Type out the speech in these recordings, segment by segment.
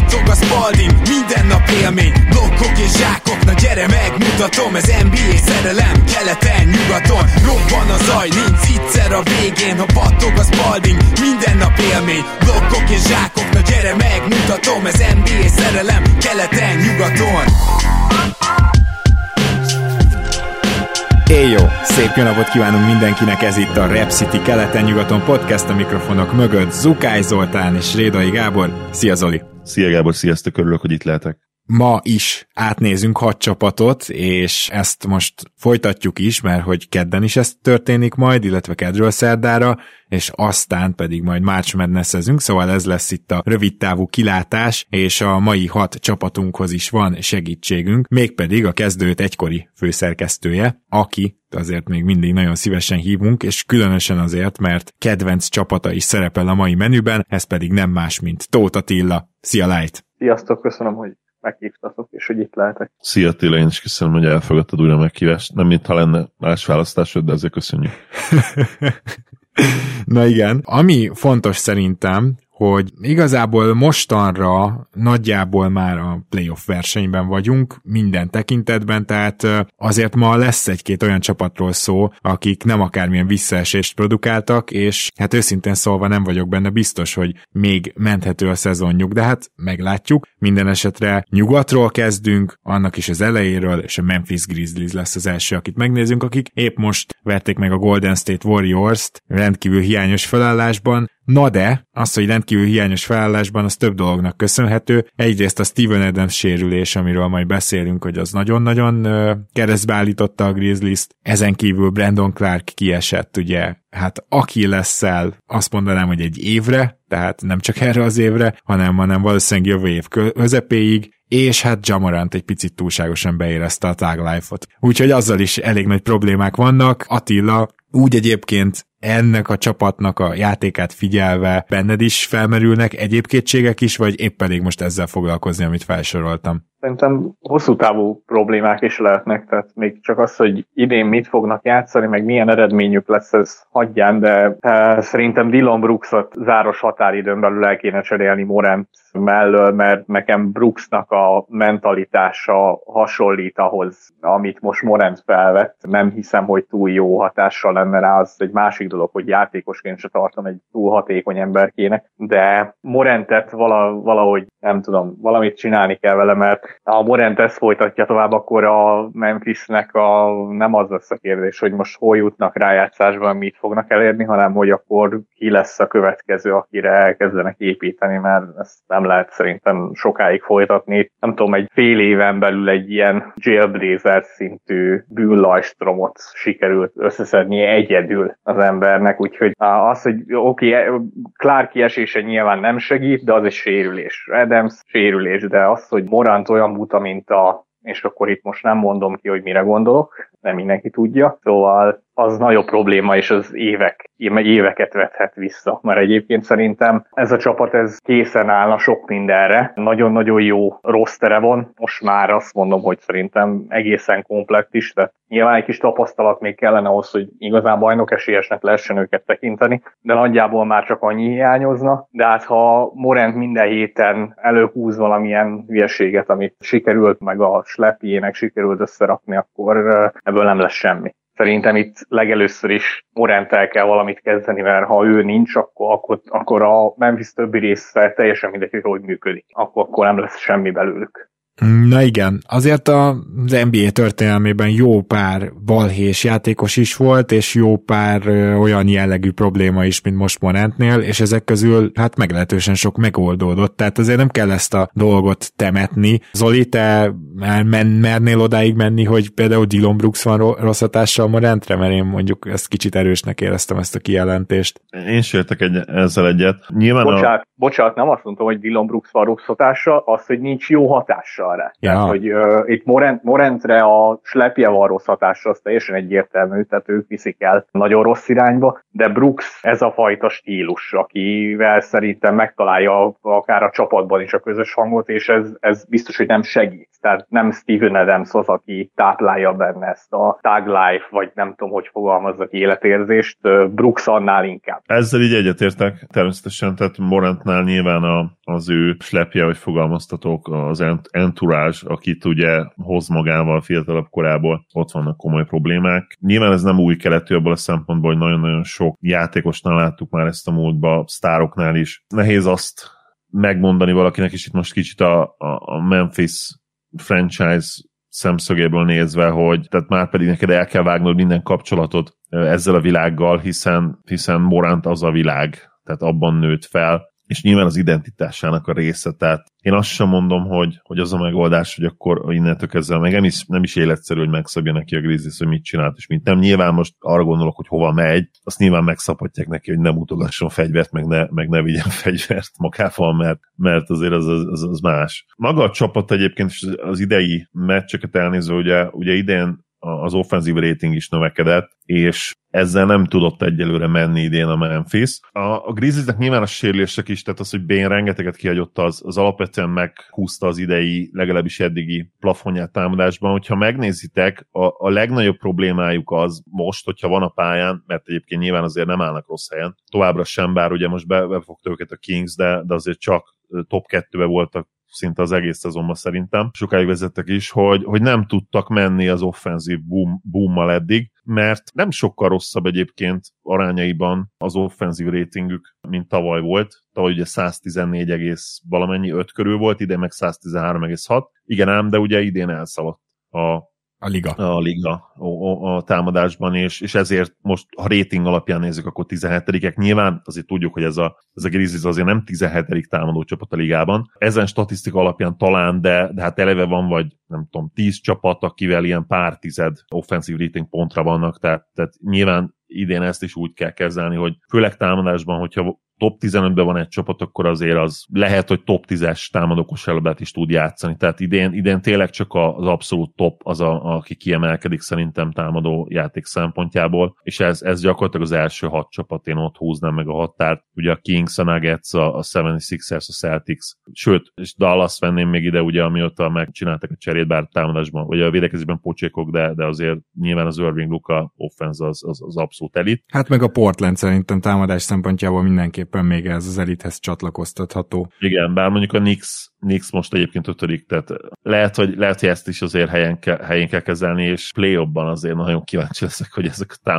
battog a Spalding, minden nap élmény, blokkok és zsákok, na gyere megmutatom, ez NBA szerelem, keleten, nyugaton, robban a zaj, nincs egyszer a végén, ha battog a Spalding, minden nap élmény, blokkok és zsákok, na gyere megmutatom, ez NBA szerelem, keleten, nyugaton. Éjjó! Szép jó napot kívánunk mindenkinek, ez itt a Rap City keleten-nyugaton podcast, a mikrofonok mögött Zukály Zoltán és Rédai Gábor. Szia Zoli! Szia Gábor, sziasztok, örülök, hogy itt lehetek. Ma is átnézünk 6 csapatot, és ezt most folytatjuk is, mert hogy kedden is ez történik majd, illetve kedről szerdára, és aztán pedig majd March Madness-ezünk, szóval ez lesz itt a rövidtávú kilátás, és a mai 6 csapatunkhoz is van segítségünk, mégpedig a Kezdőt egykori főszerkesztője, aki azért még mindig nagyon szívesen hívunk, és különösen azért, mert kedvenc csapata is szerepel a mai menüben, ez pedig nem más, mint Tóth Attila. Szia Light! Sziasztok, köszönöm, hogy meghívtatok, és hogy itt lehetek. Szia Attila, én is köszönöm, hogy elfogadtad újra meghívást. Nem mintha lenne más választásod, de ezért köszönjük. Na igen, ami fontos szerintem, hogy igazából mostanra nagyjából már a playoff versenyben vagyunk minden tekintetben, tehát azért ma lesz egy-két olyan csapatról szó, akik nem akármilyen visszaesést produkáltak, és hát őszintén szólva nem vagyok benne biztos, hogy még menthető a szezonjuk, de hát meglátjuk. Minden esetre nyugatról kezdünk, annak is az elejéről, és a Memphis Grizzlies lesz az első, akit megnézünk, akik épp most verték meg a Golden State Warriors-t rendkívül hiányos felállásban. Na de, az, hogy rendkívül hiányos felállásban, az több dolognak köszönhető. Egyrészt a Steven Adams sérülés, amiről majd beszélünk, hogy az nagyon-nagyon keresztbe állította a Grizzlies-t. Ezen kívül Brandon Clark kiesett, ugye, hát Achillesszel azt mondanám, hogy egy évre, tehát nem csak erre az évre, hanem valószínűleg jövő év közepéig, és hát Ja Morant egy picit túlságosan beérezte a Thug Life-ot. Úgyhogy azzal is elég nagy problémák vannak. Attila, úgy egyébként ennek a csapatnak a játékát figyelve benned is felmerülnek egyéb kétségek is, vagy épp elég most ezzel foglalkozni, amit felsoroltam? Szerintem hosszú távú problémák is lehetnek, tehát még csak az, hogy idén mit fognak játszani, meg milyen eredményük lesz, ez hagyján, de szerintem Dillon Brooksot záros határidőn belül el kéne cserélni Morant mellől, mert nekem Brooksnak a mentalitása hasonlít ahhoz, amit most Morant felvett. Nem hiszem, hogy túl jó hatással lenne rá, az egy másik dolog, hogy játékosként se tartom egy túl hatékony emberkének, de Morantet valahogy nem tudom, valamit csinálni kell vele, mert ha Morant ezt folytatja tovább, akkor a Memphisnek nem az lesz a kérdés, hogy most hol jutnak rájátszásban, mit fognak elérni, hanem hogy akkor ki lesz a következő, akire elkezdenek építeni, mert ezt nem lehet szerintem sokáig folytatni. Nem tudom, egy fél éven belül egy ilyen jailblazer szintű bűnlajstromot sikerült összeszedni egyedül az embernek, úgyhogy az, hogy Clark kiesése nyilván nem segít, de az egy sérülés. Adams sérülés, de az, hogy Morant olyan buta, mint és akkor itt most nem mondom ki, hogy mire gondolok, nem mindenki tudja, szóval az nagyobb probléma, és az éveket vethet vissza, mert egyébként szerintem ez a csapat készen állna sok mindenre, nagyon-nagyon jó rostere van, most már azt mondom, hogy szerintem egészen komplett is, tehát nyilván egy kis tapasztalat még kellene ahhoz, hogy igazán bajnok esélyesnek lehessen őket tekinteni, de nagyjából már csak annyi hiányozna, de hát ha Morant minden héten előhúz valamilyen hülyeséget, amit sikerült, meg a slepjének sikerült összerakni, akkor ebből nem lesz semmi. Szerintem itt legelőször is Moranttel kell valamit kezdeni, mert ha ő nincs, akkor a Memphis többi része teljesen mindegy, hogy működik. Akkor nem lesz semmi belőlük. Na igen, azért az NBA történelmében jó pár balhés játékos is volt, és jó pár olyan jellegű probléma is, mint most Morantnél, és ezek közül hát meglehetősen sok megoldódott, tehát azért nem kell ezt a dolgot temetni. Zoli, te mernél odáig menni, hogy például Dillon Brooks van rossz hatással Morantre, mert én mondjuk ezt kicsit erősnek éreztem, ezt a kijelentést. Én is értek ezzel egyet. Nyilván bocsánat, nem azt mondtam, hogy Dillon Brooks van rossz hatással, az, hogy nincs jó hatással rá. Ja. Tehát, hogy itt Morantre a slepje van rossz hatással, az teljesen egyértelmű, tehát ők viszik el nagyon rossz irányba, de Brooks ez a fajta stílus, akivel szerintem megtalálja akár a csapatban is a közös hangot, és ez biztos, hogy nem segít. tehát nem Steven Adams az, aki táplálja benne ezt a tag life, vagy nem tudom, hogy fogalmazzak, életérzést, Brooks annál inkább. Ezzel így egyetértek természetesen, tehát Morantnál nyilván az ő slepje, vagy fogalmaztatók, az entourage, akit ugye hoz magával fiatalabb korából, ott vannak komoly problémák. Nyilván ez nem új keletű abból a szempontból, hogy nagyon-nagyon sok játékosnál láttuk már ezt a múltba, sztároknál is. Nehéz azt megmondani valakinek, és itt most kicsit a Memphis franchise szemszögéből nézve, hogy tehát már pedig neked el kell vágnod minden kapcsolatot ezzel a világgal, hiszen Morant az a világ, tehát abban nőtt fel, és nyilván az identitásának a része, tehát én azt sem mondom, hogy az a megoldás, hogy akkor innentől kezdve meg nem is életszerű, hogy megszabja neki a Grizzlies, hogy mit csinált és mit nem. Nyilván most arra gondolok, hogy hova megy, azt nyilván megszabhatják neki, hogy nem utogasson fegyvert, meg ne vigyen fegyvert magával, mert azért az más. Maga a csapat egyébként az idei meccseket elnézve, ugye idén az offenzív rating is növekedett, és ezzel nem tudott egyelőre menni idén a Memphis. A Grizzliesnek nyilván a sérülések is, tehát az, hogy Bane rengeteget kihagyott, az alapvetően meghúzta az idei, legalábbis eddigi plafonját támadásban. Hogyha megnézitek, a legnagyobb problémájuk az most, hogyha van a pályán, mert egyébként nyilván azért nem állnak rossz helyen, továbbra sem, bár ugye most befogta őket a Kings, de azért csak top 2-be voltak szinte az egész szezonban szerintem, sokáig vezettek is, hogy nem tudtak menni az offenzív boommal eddig, mert nem sokkal rosszabb egyébként arányaiban az offenzív ratingük, mint tavaly volt. Tavaly ugye 114, valamennyi 5 körül volt, idén meg 113,6. Igen ám, de ugye idén elszaladt a liga a támadásban, és ezért most, ha rating alapján nézzük, akkor 17-ek. Nyilván azért tudjuk, hogy ez a Grizzlies azért nem 17. támadó csapat a ligában. Ezen statisztika alapján talán, de hát eleve van, vagy nem tudom, 10 csapat, akivel ilyen pár tized offensive rating pontra vannak, tehát nyilván idén ezt is úgy kell kezelni, hogy főleg támadásban, hogyha top 15-ben van egy csapat, akkor azért az lehet, hogy top 10-es támadókosárlabdát is tud játszani. Tehát idén tényleg csak az abszolút top az, aki kiemelkedik szerintem támadó játék szempontjából, és ez gyakorlatilag az első 6 csapat, én ott húznám meg a határt. Ugye a Kings, a Nuggets, a 76ers, a Celtics, sőt, és Dallas venném még ide, ugye, amióta megcsináltak a cserét, bár támadásban, vagy a védekezésben pocsékok, de azért nyilván az Irving Luka offense az abszolút elit. Hát meg a Portland szerintem támadás szempontjából mindenképp még ez az elithez csatlakoztatható. Igen, bár mondjuk a Knicks most egyébként 5. Tehát lehet, hogy ezt is azért helyén kell kezelni, és play-offban azért nagyon kíváncsi leszek, hogy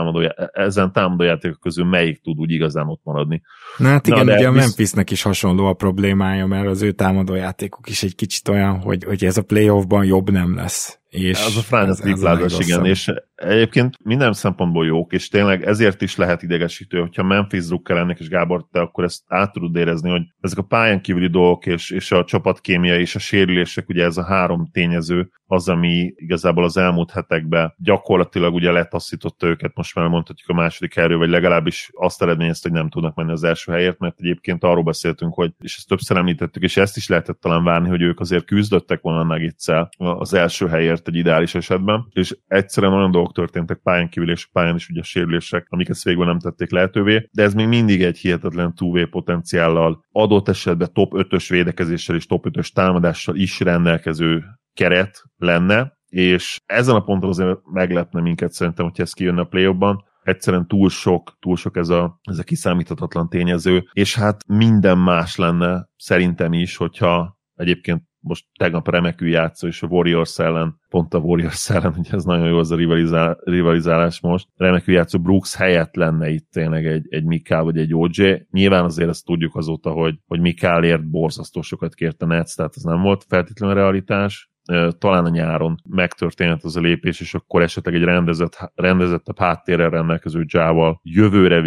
ezen támadójátékok közül melyik tud úgy igazán ott maradni. Na hát igen, ugye a Memphisnek is hasonló a problémája, mert az ő támadójátékuk is egy kicsit olyan, hogy ez a play-offban jobb nem lesz. És az a fránya triplázás, igen, és egyébként minden szempontból jók, és tényleg ezért is lehet idegesítő, hogyha Memphis drukker lennék, és Gábor, te akkor ezt át tudod érezni, hogy ezek a pályán kívüli dolgok, és a csapatkémia, és a sérülések, ugye ez a 3 tényező, az, ami igazából az elmúlt hetekben gyakorlatilag ugye letaszította őket, most már mondhatjuk a második helyről, vagy legalábbis azt eredményezte, hogy nem tudnak menni az első helyért, mert egyébként arról beszéltünk, hogy, és ezt többször említettük, és ezt is lehetett talán várni, hogy ők azért küzdöttek volna Nuggetszel az első helyért egy ideális esetben, és egyszerűen olyan dolgok történtek pályán kívül, és pályán is ugye sérülések, amiket végül nem tették lehetővé, de ez még mindig egy hihetetlen two-way potenciállal, adott esetben top 5-ös védekezéssel és top 5-ös támadással is rendelkező keret lenne, és ezen a ponton azért meglepne minket szerintem, hogyha ez kijönne a play-offban. Egyszerűen túl sok ez a kiszámíthatatlan tényező, és hát minden más lenne szerintem is, hogyha egyébként most tegnap remekül játszó, és a Warriors ellen, pont a Warriors ellen, ugye ez nagyon jó az a rivalizálás most, remekül játszó Brooks helyett lenne itt tényleg egy Mikal vagy egy OJ. Nyilván azért ezt tudjuk azóta, hogy Mikalért borzasztó sokat kért a Nets, tehát ez nem volt feltétlenül realitás. Talán a nyáron megtörténhet az a lépés, és akkor esetleg egy rendezettebb háttérrel rendelkező Ja-val jövőre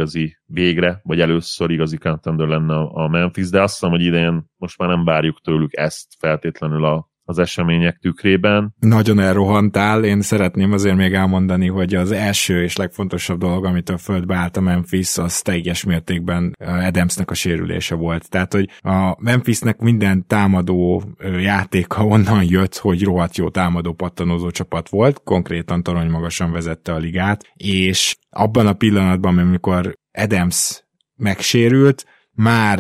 végre, vagy először igazi contender lenne a Memphis, de azt hiszem, hogy idején most már nem várjuk tőlük ezt feltétlenül az események tükrében. Nagyon elrohantál, én szeretném azért még elmondani, hogy az első és legfontosabb dolog, amitől földbe állt a Memphis, az teljes mértékben Adamsnek a sérülése volt. Tehát, hogy a Memphisnek minden támadó játéka onnan jött, hogy rohadt jó támadó pattanózó csapat volt, konkrétan torony magasan vezette a ligát, és abban a pillanatban, amikor Adams megsérült, már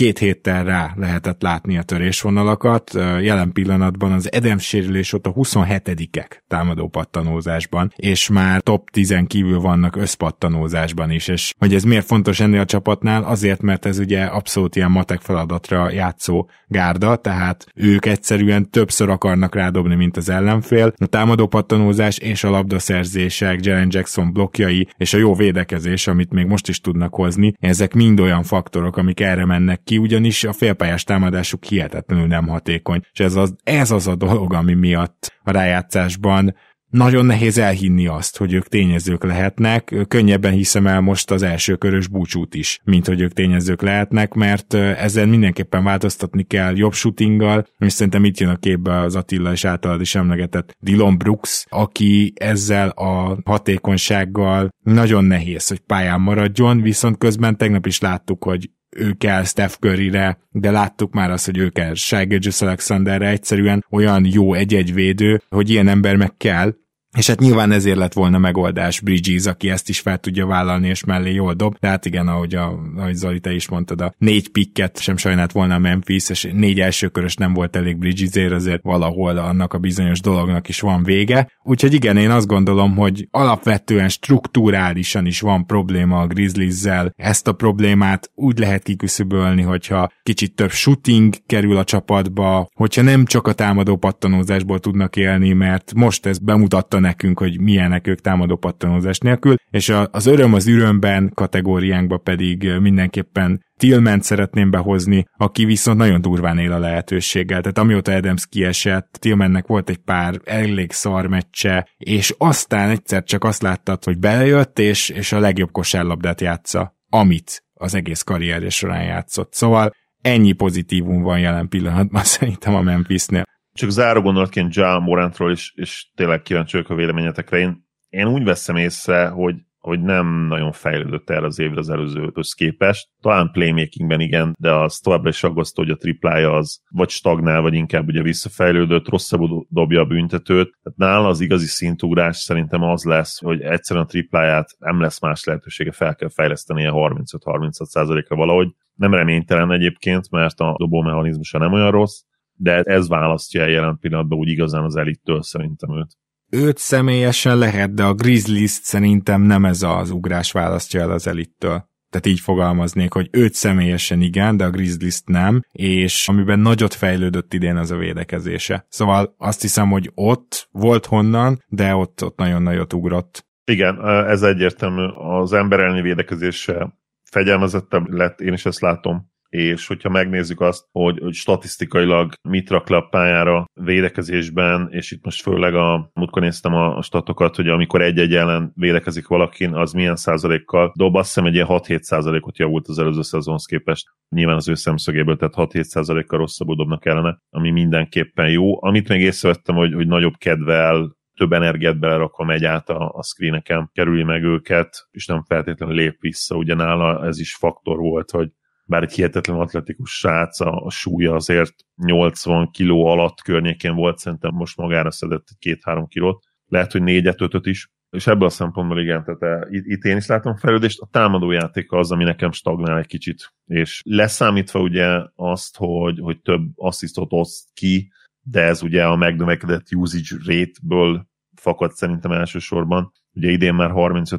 2 héttel rá lehetett látni a törésvonalakat. Jelen pillanatban az Adams sérülés óta 27-ek támadó pattanózásban, és már top 10 kívül vannak összpattanózásban is, és hogy ez miért fontos ennél a csapatnál? Azért, mert ez ugye abszolút ilyen matek feladatra játszó gárda, tehát ők egyszerűen többször akarnak rádobni, mint az ellenfél. A támadó pattanózás és a labdaszerzések, Jaren Jackson blokkjai és a jó védekezés, amit még most is tudnak hozni, ezek mind olyan faktorok, amik erre mennek ki, ugyanis a félpályás támadásuk hihetetlenül nem hatékony, és ez az a dolog, ami miatt a rájátszásban nagyon nehéz elhinni azt, hogy ők tényezők lehetnek. Könnyebben hiszem el most az első körös búcsút is, mint hogy ők tényezők lehetnek, mert ezzel mindenképpen változtatni kell jobb shootinggal, és szerintem itt jön a képbe az Attila és általad is emlegetett Dillon Brooks, aki ezzel a hatékonysággal nagyon nehéz, hogy pályán maradjon, viszont közben tegnap is láttuk, hogy ő kell Steph Curryre, de láttuk már azt, hogy ő kell Shai Gilgeous-Alexanderre, egyszerűen olyan jó egy-egy védő, hogy ilyen ember meg kell, és hát nyilván ezért lett volna megoldás Bridges, aki ezt is fel tudja vállalni, és mellé jól dob, de hát igen, ahogy Zoli, te is mondtad, a 4 picket sem sajnált volna a Memphis, és 4 elsőkörös nem volt elég Bridgesért, azért valahol annak a bizonyos dolognak is van vége. Úgyhogy igen, én azt gondolom, hogy alapvetően strukturálisan is van probléma a Grizzlies-zel. Ezt a problémát úgy lehet kiküszöbölni, hogyha kicsit több shooting kerül a csapatba, hogyha nem csak a támadó pattanózásból tudnak élni, mert most ez bemutatta nekünk, hogy milyenek ők támadó pattanózás nélkül, és az öröm az ürömben kategóriánkba pedig mindenképpen Tillmant szeretném behozni, aki viszont nagyon durván él a lehetőséggel. Tehát amióta Adams kiesett, Tillmannek volt egy pár elég szar meccse, és aztán egyszer csak azt láttad, hogy belejött, és a legjobb kosárlabdát játsza, amit az egész karrierje során játszott. Szóval ennyi pozitívum van jelen pillanatban szerintem a Memphisnél. Csak záró gondolatként Ja Morantról is, és tényleg kíváncsi vagyok a véleményetekre. Én úgy veszem észre, hogy nem nagyon fejlődött erre az évre az előzőhöz képest. Talán playmakingben igen, de az továbbra is aggasztó, hogy a triplája az vagy stagnál, vagy inkább ugye visszafejlődött, rosszabbul dobja a büntetőt. Tehát nála az igazi szintugrás szerintem az lesz, hogy egyszerűen a tripláját nem lesz más lehetősége, fel kell fejleszteni ilyen 35-36%-ra valahogy. Nem reménytelen egyébként, mert a dobómechanizmusa nem olyan rossz, de ez választja el jelen pillanatban úgy igazán az elittől szerintem őt. Őt személyesen lehet, de a Grizzlies-t szerintem nem ez az ugrás választja el az elittől. Tehát így fogalmaznék, hogy őt személyesen igen, de a Grizzlies-t nem, és amiben nagyot fejlődött idén az a védekezése. Szóval azt hiszem, hogy ott volt honnan, de ott nagyon nagyot ugrott. Igen, ez egyértelmű. Az ember elleni védekezése fegyelmezettebb lett, én is ezt látom. És hogyha megnézzük azt, hogy statisztikailag mit rak le a pályára védekezésben, és itt most főleg múltkor néztem a statokat, hogy amikor egy-egy ellen védekezik valakin, az milyen százalékkal dob, azt hiszem egy ilyen 6-7%-ot javult az előző szezonhoz képest. Nyilván az ő szemszögéből, tehát 6-7%-kal rosszabbul dobnak ellene, ami mindenképpen jó. Amit még észrevettem, hogy nagyobb kedvel, több energiát belerakva megy át a screeneken, kerüli meg őket, és nem feltétlenül lép vissza. Ugye nála ez is faktor volt, hogy bár egy hihetetlen atletikus srác, a súlya azért 80 kiló alatt környékén volt, szerintem most magára szedett 2-3 kilót, lehet, hogy 4-5 is, és ebből a szempontból igen, tehát itt én is látom fejlődést, a támadójátéka az, ami nekem stagnál egy kicsit, és leszámítva ugye azt, hogy több asszisztot oszt ki, de ez ugye a megnövekedett usage rate-ből fakad szerintem elsősorban, ugye idén már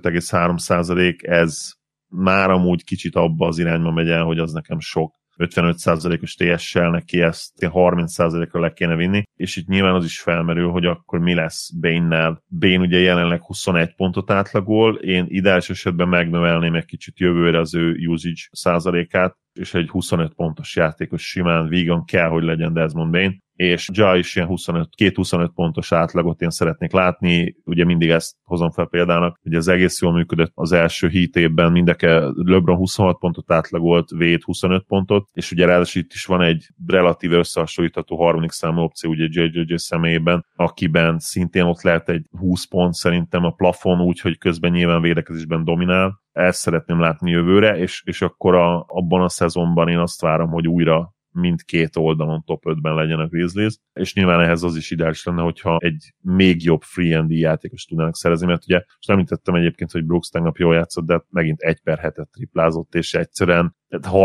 35,3%, ez már amúgy kicsit abba az irányba megy el, hogy az nekem sok. 55%-os TS-sel neki ezt 30%-ra le kéne vinni, és itt nyilván az is felmerül, hogy akkor mi lesz Bane-nel. Bane ugye jelenleg 21 pontot átlagol, én ideális esetben megnövelném egy kicsit jövőre az ő usage százalékát, és egy 25 pontos játékos simán vígan kell, hogy legyen Desmond Bane, és Ja is ilyen 25 pontos átlagot én szeretnék látni, ugye mindig ezt hozom fel példának, hogy az egész jól működött az első Heat évben, LeBron 26 pontot átlagolt, Wade 25 pontot, és ugye ráadásul itt is van egy relatív összehasonlítható harmadik számú opció, ugye JJJ személyében, akiben szintén ott lehet egy 20 pont szerintem a plafon, úgyhogy közben nyilván védekezésben dominál. Ezt szeretném látni jövőre, és akkor abban a szezonban én azt várom, hogy újra mindkét oldalon top 5-ben legyen a Grizzlies, és nyilván ehhez az is ideális lenne, hogyha egy még jobb free and D játékos tudnának szerezni, mert ugye most említettem egyébként, hogy Brooks tegnap jól játszott, de megint 1/7 triplázott, és egyszerűen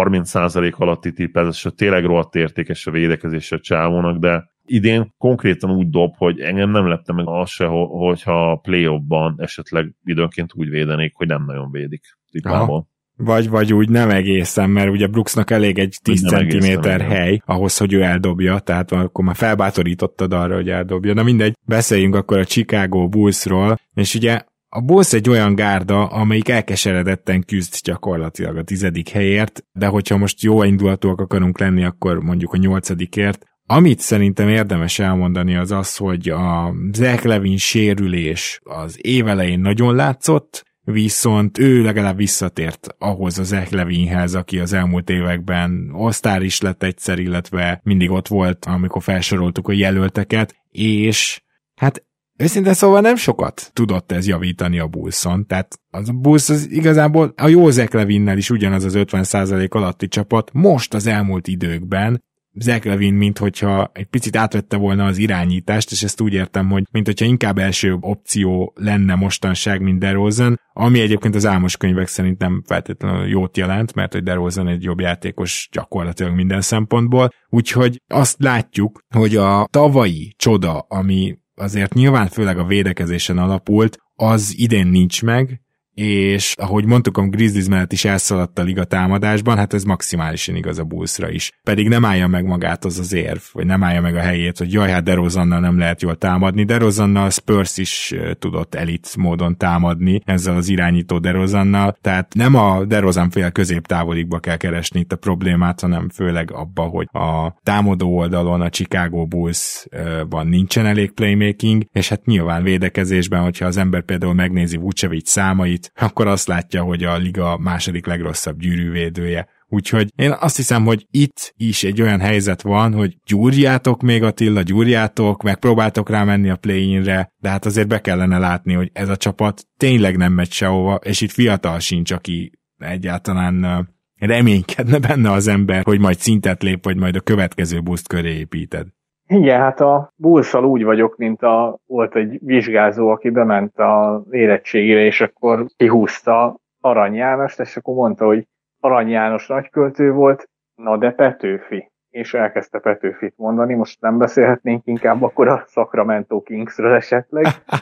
30% alatti triplázás, és tényleg rohadt értékes a védekezés a csávónak, de idén konkrétan úgy dob, hogy engem nem lepte meg az se, hogyha a play-offban esetleg időnként úgy védenék, hogy nem nagyon védik triplából. Vagy úgy nem egészen, mert ugye Brooksnak elég egy 10 cm hely ahhoz, hogy ő eldobja, tehát akkor már felbátorítottad arra, hogy eldobja. Na mindegy, beszéljünk akkor a Chicago Bullsról, és ugye a Bulls egy olyan gárda, amelyik elkeseredetten küzd gyakorlatilag a 10. helyért, de hogyha most jó indulatúak akarunk lenni, akkor mondjuk a 8-ért. Amit szerintem érdemes elmondani az az, hogy a Zach LaVine sérülés az évelején nagyon látszott, viszont ő legalább visszatért ahhoz a Zach LaVinehez, aki az elmúlt években All-Star is lett egyszer, illetve mindig ott volt, amikor felsoroltuk a jelölteket, és hát őszintén szóval nem sokat tudott ez javítani a Bullson, tehát az a Bulls az igazából a jó Zach LaVine-nel is ugyanaz az 50% alatti csapat most az elmúlt időkben, Zach LaVine, mint hogyha egy picit átvette volna az irányítást, és ezt úgy értem, hogy mint hogyha inkább első opció lenne mostanság, mint DeRozan, ami egyébként az álmos könyvek szerint nem feltétlenül jót jelent, mert hogy DeRozan egy jobb játékos gyakorlatilag minden szempontból. Úgyhogy azt látjuk, hogy a tavalyi csoda, ami azért nyilván főleg a védekezésen alapult, az idén nincs meg, és ahogy mondtuk, a Grizzlies mellett is elszaladt a liga támadásban, hát ez maximálisan igaz a Bullsra is. Pedig nem állja meg magát az az érv, vagy nem állja meg a helyét, hogy jaj, hát DeRozannal nem lehet jól támadni. DeRozannal Spurs is tudott elit módon támadni ezzel az irányító DeRozannal, tehát nem a DeRozan fél középtávolikba kell keresni itt a problémát, hanem főleg abba, hogy a támadó oldalon a Chicago Bullsban nincsen elég playmaking, és hát nyilván védekezésben, hogyha az ember például megnézi Vucevic számait, akkor azt látja, hogy a liga második legrosszabb gyűrűvédője. Úgyhogy én azt hiszem, hogy itt is egy olyan helyzet van, hogy gyúrjátok még Attila, gyúrjátok, megpróbáltok rámenni a play-inre, de hát azért be kellene látni, hogy ez a csapat tényleg nem megy sehova, és itt fiatal sincs, aki egyáltalán reménykedne benne az ember, hogy majd szintet lép, vagy majd a következő buszt köré építed. Igen, hát a Bullsszal úgy vagyok, mint volt egy vizsgázó, aki bement az érettségére, és akkor kihúzta Arany Jánost, és akkor mondta, hogy Arany János nagyköltő volt, na de Petőfi. És elkezdte Petőfit mondani, most nem beszélhetnénk inkább akkor a Sacramento Kingsről esetleg,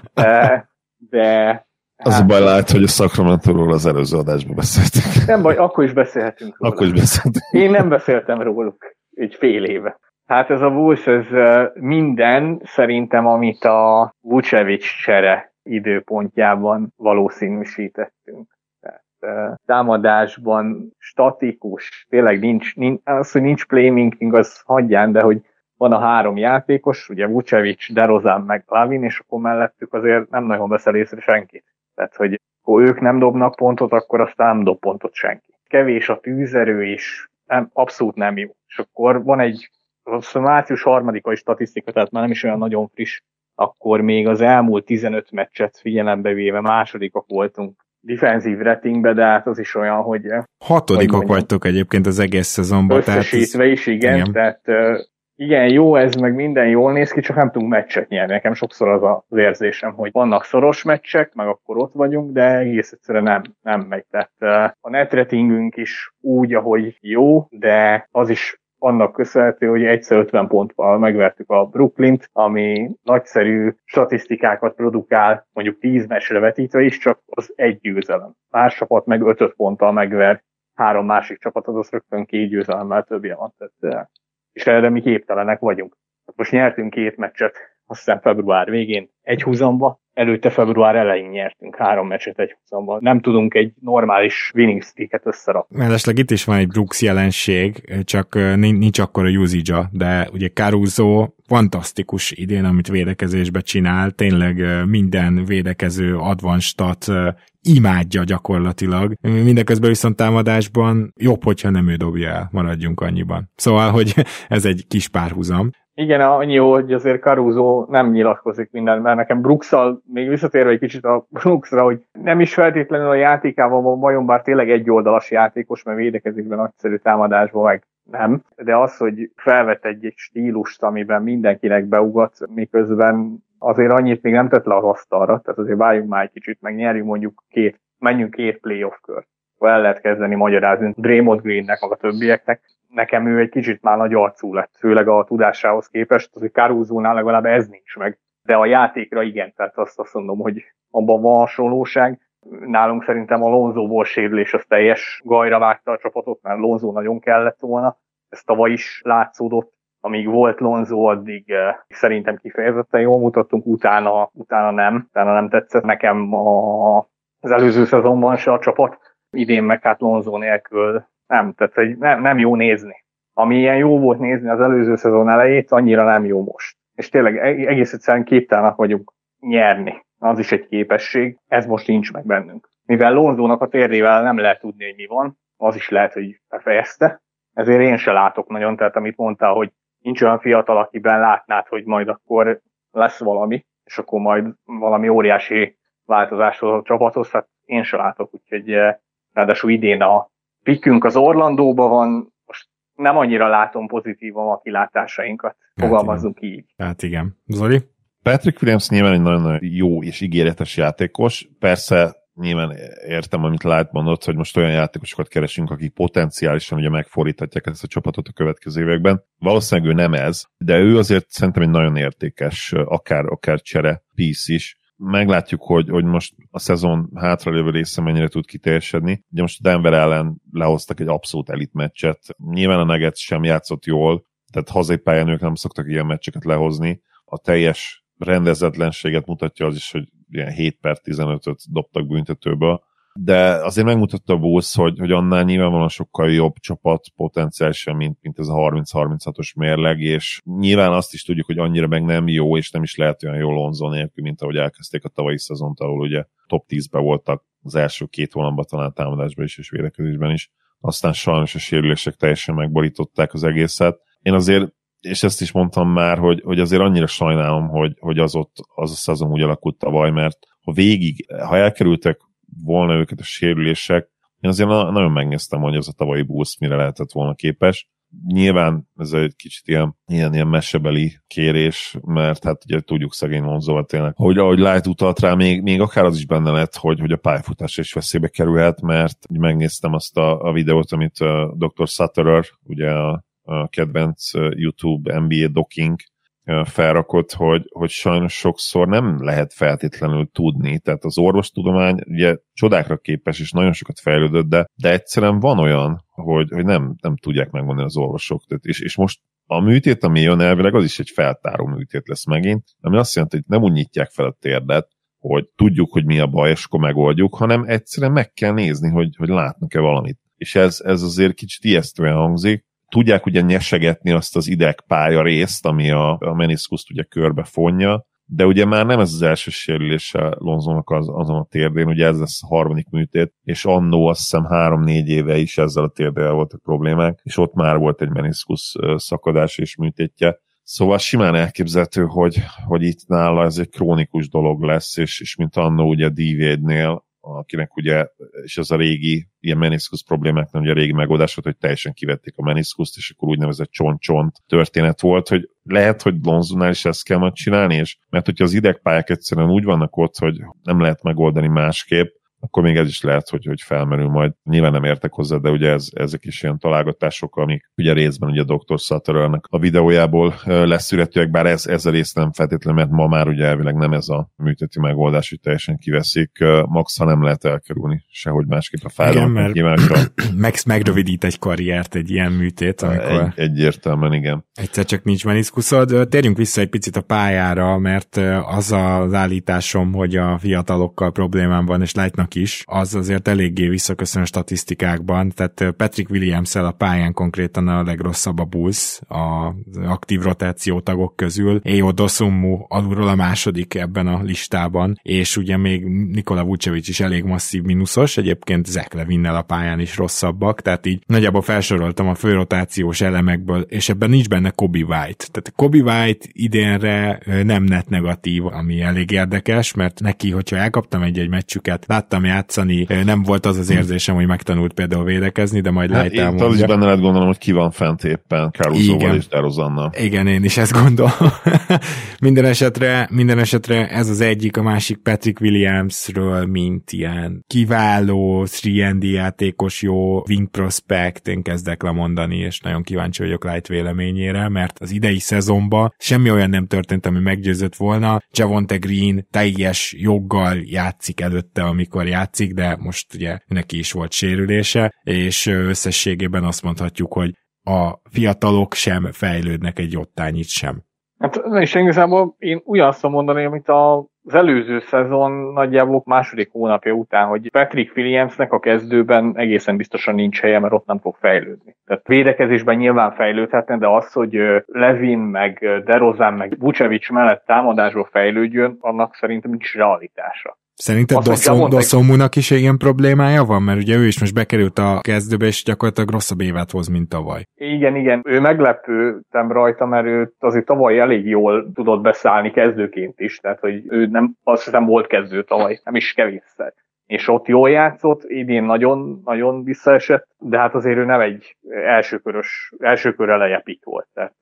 de az a baj lehet, hogy a Sacramento-ról az előző adásban beszéltünk. Nem baj, akkor is beszélhetünk róla. Akkor is beszéltünk. Én nem beszéltem róluk egy fél éve. Hát ez a Bulls, ez minden szerintem, amit a Vucevic csere időpontjában valószínűsítettünk. Tehát támadásban statikus, tényleg nincs az, hogy nincs playmaking, az hagyján, de hogy van a három játékos, ugye Vucevic, DeRozan meg LaVine, és akkor mellettük azért nem nagyon veszel észre senkit. Tehát, hogy akkor ők nem dobnak pontot, akkor aztán nem dob pontot senki. Kevés a tűzerő, és abszolút nem jó. És akkor van egy március 3-ai statisztika, tehát már nem is olyan nagyon friss, akkor még az elmúlt 15 meccset figyelembe véve másodikak voltunk defensív ratingbe, de hát az is olyan, hogy... Hatodikak vagytok egyébként az egész szezonban. Összesítve is, igen. Tehát igen, jó ez, meg minden jól néz ki, csak nem tudunk meccset nyerni. Nekem sokszor az érzésem, hogy vannak szoros meccsek, meg akkor ott vagyunk, de egész egyszerűen nem megy. Tehát a net ratingünk is úgy, ahogy jó, de az is annak köszönhető, hogy egyszer 50 ponttal megvertük a Brooklynt, ami nagyszerű statisztikákat produkál, mondjuk 10 meccsre vetítve is, csak az egy győzelem. Más csapat meg 5 ponttal megver 3 másik csapatot, az rögtön 2 győzelemmel többje van. Tehát, és erre mi képtelenek vagyunk. Most nyertünk 2 meccset, azt hiszem február végén egy húzamba, előtte február elején nyertünk 3 meccset egy húzamba. Nem tudunk egy normális winning streaket összerakni. Mellesleg itt is van egy Brooks jelenség, csak nincs akkora usage-a, de ugye Caruso fantasztikus idén, amit védekezésbe csinál, tényleg minden védekező advanced-stat imádja gyakorlatilag. Mindeközben viszont támadásban jobb, hogyha nem ő dobja el, maradjunk annyiban. Szóval, hogy ez egy kis párhuzam. Igen, annyi jó, hogy azért Caruso nem nyilatkozik minden, mert nekem Brooksszal, még visszatérve egy kicsit a Brooksra, hogy nem is feltétlenül a játékában van vajon, bár tényleg egyoldalas játékos, mert védekezésben nagyszerű, támadásban meg nem, de az, hogy felvet egy stílust, amiben mindenkinek beugat, miközben azért annyit még nem tett le az asztalra, tehát azért várjunk már egy kicsit, meg nyerjünk mondjuk menjünk két playoff kört. El lehet kezdeni magyarázni Draymond Greennek, meg a többieknek. Nekem ő egy kicsit már nagy arcú lett, főleg a tudásához képest, azért Caruso-nál legalább ez nincs meg. De a játékra igen, tehát azt mondom, hogy abban van hasonlóság. Nálunk szerintem a Lonzóból sérülés az teljes gajra vágta a csapatot, mert Lonzo nagyon kellett volna. Ez tavaly is látszódott. Amíg volt Lonzo, addig szerintem kifejezetten jól mutattunk, utána nem tetszett nekem az előző szezonban se a csapat. Idén meg hát Lonzo nélkül nem jó nézni. Ami ilyen jó volt nézni az előző szezon elejét, annyira nem jó most. És tényleg egész egyszerűen képtelenek vagyunk nyerni. Az is egy képesség, ez most nincs meg bennünk. Mivel Lonzónak a térdével nem lehet tudni, hogy mi van, az is lehet, hogy befejezte. Ezért én se látok nagyon, tehát amit mondtál, hogy nincs olyan fiatal, akiben látnád, hogy majd akkor lesz valami, és akkor majd valami óriási változáshoz a csapathoz, tehát én se látok, úgyhogy ráadásul idén a pikkünk az Orlandóban van, most nem annyira látom pozitívan a kilátásainkat, fogalmazzunk így. Hát igen. Zoli? Patrick Williams nyilván egy nagyon jó és ígéretes játékos, persze nyilván értem, amit Light mondott, hogy most olyan játékosokat keresünk, akik potenciálisan ugye megfordíthatják ezt a csapatot a következő években. Valószínűleg ő nem ez, de ő azért szerintem egy nagyon értékes, akár csere piece is. Meglátjuk, hogy most a szezon hátralévő része mennyire tud kiteljesedni. Ugye most Denver ellen lehoztak egy abszolút elit meccset. Nyilván a Nuggets sem játszott jól, tehát hazai pályán ők nem szoktak ilyen meccseket lehozni. A teljes rendezetlenséget mutatja az is, hogy ilyen 7/15-öt dobtak büntetőbe. De azért megmutatta a Bulls, hogy annál nyilvánvalóan sokkal jobb csapat potenciálisan, mint ez a 30-36-os mérleg, és nyilván azt is tudjuk, hogy annyira meg nem jó, és nem is lehet olyan jó Lonzo nélkül, mint ahogy elkezdték a tavalyi szezont, ahol ugye top 10-ben voltak az első 2 hónapban, talán támadásban is és védekezésben is. Aztán sajnos a sérülések teljesen megborították az egészet. Én azért, és ezt is mondtam már, hogy azért annyira sajnálom, hogy az a szezon úgy alakult tavaly, mert ha elkerültek volna őket a sérülések, én azért nagyon megnéztem, hogy az a tavalyi Bulls mire lehetett volna képes. Nyilván ez egy kicsit ilyen mesebeli kérés, mert hát ugye tudjuk szegény Lonzóval tényleg, hogy ahogy Light utalt rá, még akár az is benne lett, hogy a pályafutás is veszélybe kerülhet, mert megnéztem azt a videót, amit Dr. Sutterer, ugye a kedvenc YouTube NBA doking felrakott, hogy sajnos sokszor nem lehet feltétlenül tudni, tehát az orvostudomány ugye csodákra képes, és nagyon sokat fejlődött, de egyszerűen van olyan, hogy nem tudják megmondani az orvosok. És most a műtét, ami jön elvileg, az is egy feltáró műtét lesz megint, ami azt jelenti, hogy nem úgy nyitják fel a térdet, hogy tudjuk, hogy mi a baj, és akkor megoldjuk, hanem egyszerűen meg kell nézni, hogy látnak-e valamit. És ez azért kicsit ijesztően hangzik. Tudják ugye nyesegetni azt az idegpálya részt, ami a meniszkuszt ugye körbe fonja, de ugye már nem ez az első sérülése Lonzónak azon a térdén, ugye ez lesz a harmadik műtét, és annó azt hiszem 3-4 éve is ezzel a térdével voltak problémák, és ott már volt egy meniszkusz szakadás és műtétje. Szóval simán elképzelhető, hogy itt nála ez egy krónikus dolog lesz, és mint annó ugye a D-Wade-nél, akinek ugye, és ez a régi ilyen meniszkusz problémáknak ugye a régi megoldás volt, hogy teljesen kivették a meniszkuszt, és akkor úgynevezett csont-csont történet volt, hogy lehet, hogy Lonzónál is ezt kell majd csinálni, és mert hogyha az idegpályák egyszerűen úgy vannak ott, hogy nem lehet megoldani másképp, akkor még ez is lehet, hogy felmerül majd. Nyilván nem értek hozzá, de ugye ezek is ilyen találgatások, amik ugye részben ugye a Dr. Sutterernek a videójából leszűrhetőek, bár ez a rész nem feltétlenül, mert ma már ugye elvileg nem ez a műtéti megoldás, hogy teljesen kiveszik. Max, ha nem lehet elkerülni sehogy másképp a fájdalmat nyilvánosra. Megrövidít egy karriert egy ilyen műtét, amikor egyértelműen igen. Egyszer csak nincs meniszkuszod. Térjünk vissza egy picit a pályára, mert az az állításom, hogy a fiatalokkal problémám van, és Lightnak is, az azért eléggé visszaköszön a statisztikákban, tehát Patrick Williams-el a pályán konkrétan a legrosszabb a Bulls az aktív rotáció tagok közül, Ayo Dosunmu alulról a második ebben a listában, és ugye még Nikola Vucevic is elég masszív mínuszos, egyébként Zach Levinnel a pályán is rosszabbak, tehát így nagyjából felsoroltam a főrotációs elemekből, és ebben nincs benne Coby White. Tehát Coby White idénre nem net negatív, ami elég érdekes, mert neki, hogyha elkaptam egy meccsüket, láttam láttam játszani, nem volt az érzésem, hogy megtanult például védekezni, de majd Light elmondja. Én is benne lehet gondolom, hogy ki van fent éppen Caruso-val és DeRozannal. Igen, én is ezt gondolom. Minden esetre ez az egyik, a másik Patrick Williamsről, mint ilyen kiváló 3&D játékos, jó wing prospect, én kezdek lemondani, és nagyon kíváncsi vagyok Light véleményére, mert az idei szezonban semmi olyan nem történt, ami meggyőzött volna. Javonte Green teljes joggal játszik előtte, amikor játszik, de most ugye neki is volt sérülése, és összességében azt mondhatjuk, hogy a fiatalok sem fejlődnek egy ottányit sem. Hát, és igazából én ugyanazt mondani, amit az előző szezon nagyjából második hónapja után, hogy Patrick Williamsnek a kezdőben egészen biztosan nincs helye, mert ott nem fog fejlődni. Tehát védekezésben nyilván fejlődhetne, de az, hogy Levin, meg DeRozan, meg Vucevic mellett támadásból fejlődjön, annak szerintem nincs realitása. Szerinted Dossonmunak is ilyen problémája van? Mert ugye ő is most bekerült a kezdőbe, és gyakorlatilag rosszabb évet hoz, mint tavaly. Igen. Ő meglepődtem rajta, mert ő azért tavaly elég jól tudott beszállni kezdőként is, tehát hogy ő azt hiszem volt kezdő tavaly, nem is kevésszer. És ott jól játszott, idén nagyon visszaesett, de hát azért ő nem egy elsőkör eleje pick volt. Tehát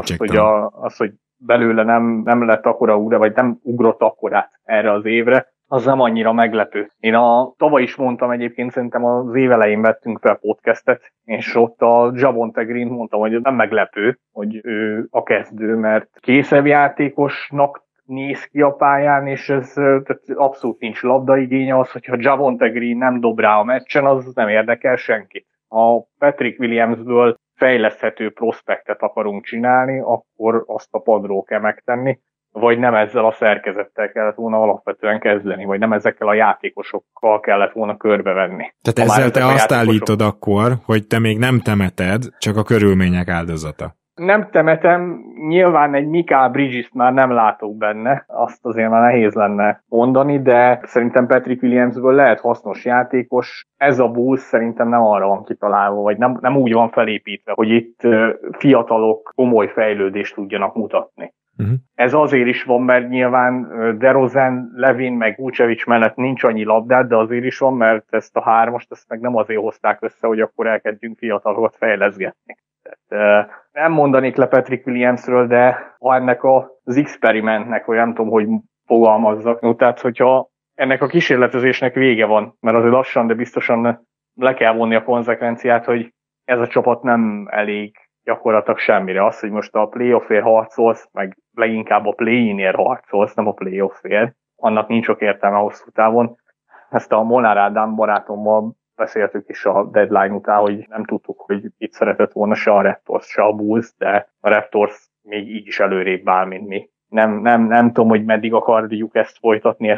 az, hogy belőle nem lett akkora vagy nem ugrott akkorát erre az évre, az nem annyira meglepő. Én tavaly is mondtam egyébként, szerintem az év elején vettünk fel podcastet, és ott a Javonte Green mondtam, hogy nem meglepő, hogy ő a kezdő, mert készebb játékosnak néz ki a pályán, és ez tehát abszolút nincs labdaigénye, az, hogyha Javonte Green nem dob rá a meccsen, az nem érdekel senkit. Ha Patrick Williamsből fejleszthető prospektet akarunk csinálni, akkor azt a padról kell megtenni, vagy nem ezzel a szerkezettel kellett volna alapvetően kezdeni, vagy nem ezekkel a játékosokkal kellett volna körbevenni. Tehát ezzel te azt állítod akkor, hogy te még nem temeted, csak a körülmények áldozata. Nem temetem, nyilván egy Mikal Bridges már nem látok benne, azt azért már nehéz lenne mondani, de szerintem Patrick Williamsből lehet hasznos játékos. Ez a Bulls szerintem nem arra van kitalálva, vagy nem úgy van felépítve, hogy itt fiatalok komoly fejlődést tudjanak mutatni. Ez azért is van, mert nyilván DeRozan, Levin meg Vucevic mellett nincs annyi labdát, de azért is van, mert ezt a hármast ezt meg nem azért hozták össze, hogy akkor elkezdjünk fiatalokat fejleszgetni. Tehát, nem mondanék le Patrick Williamsről, de ha ennek az experimentnek, vagy nem tudom, hogy fogalmazzak, tehát hogyha ennek a kísérletezésnek vége van, mert azért lassan, de biztosan le kell vonni a konzekvenciát, hogy ez a csapat nem elég gyakorlatilag semmire. Az, hogy most a playoffért harcolsz, meg leginkább a play-inért harcolsz, nem a playoffért, annak nincs sok értelme hosszú távon. Ezt a Molnár Ádám barátommal beszéltük is a deadline után, hogy nem tudtuk, hogy itt szeretett volna se a Raptors, se a Bulls, de a Raptors még így is előrébb áll, mint mi. Nem tudom, hogy meddig akarjuk ezt folytatni,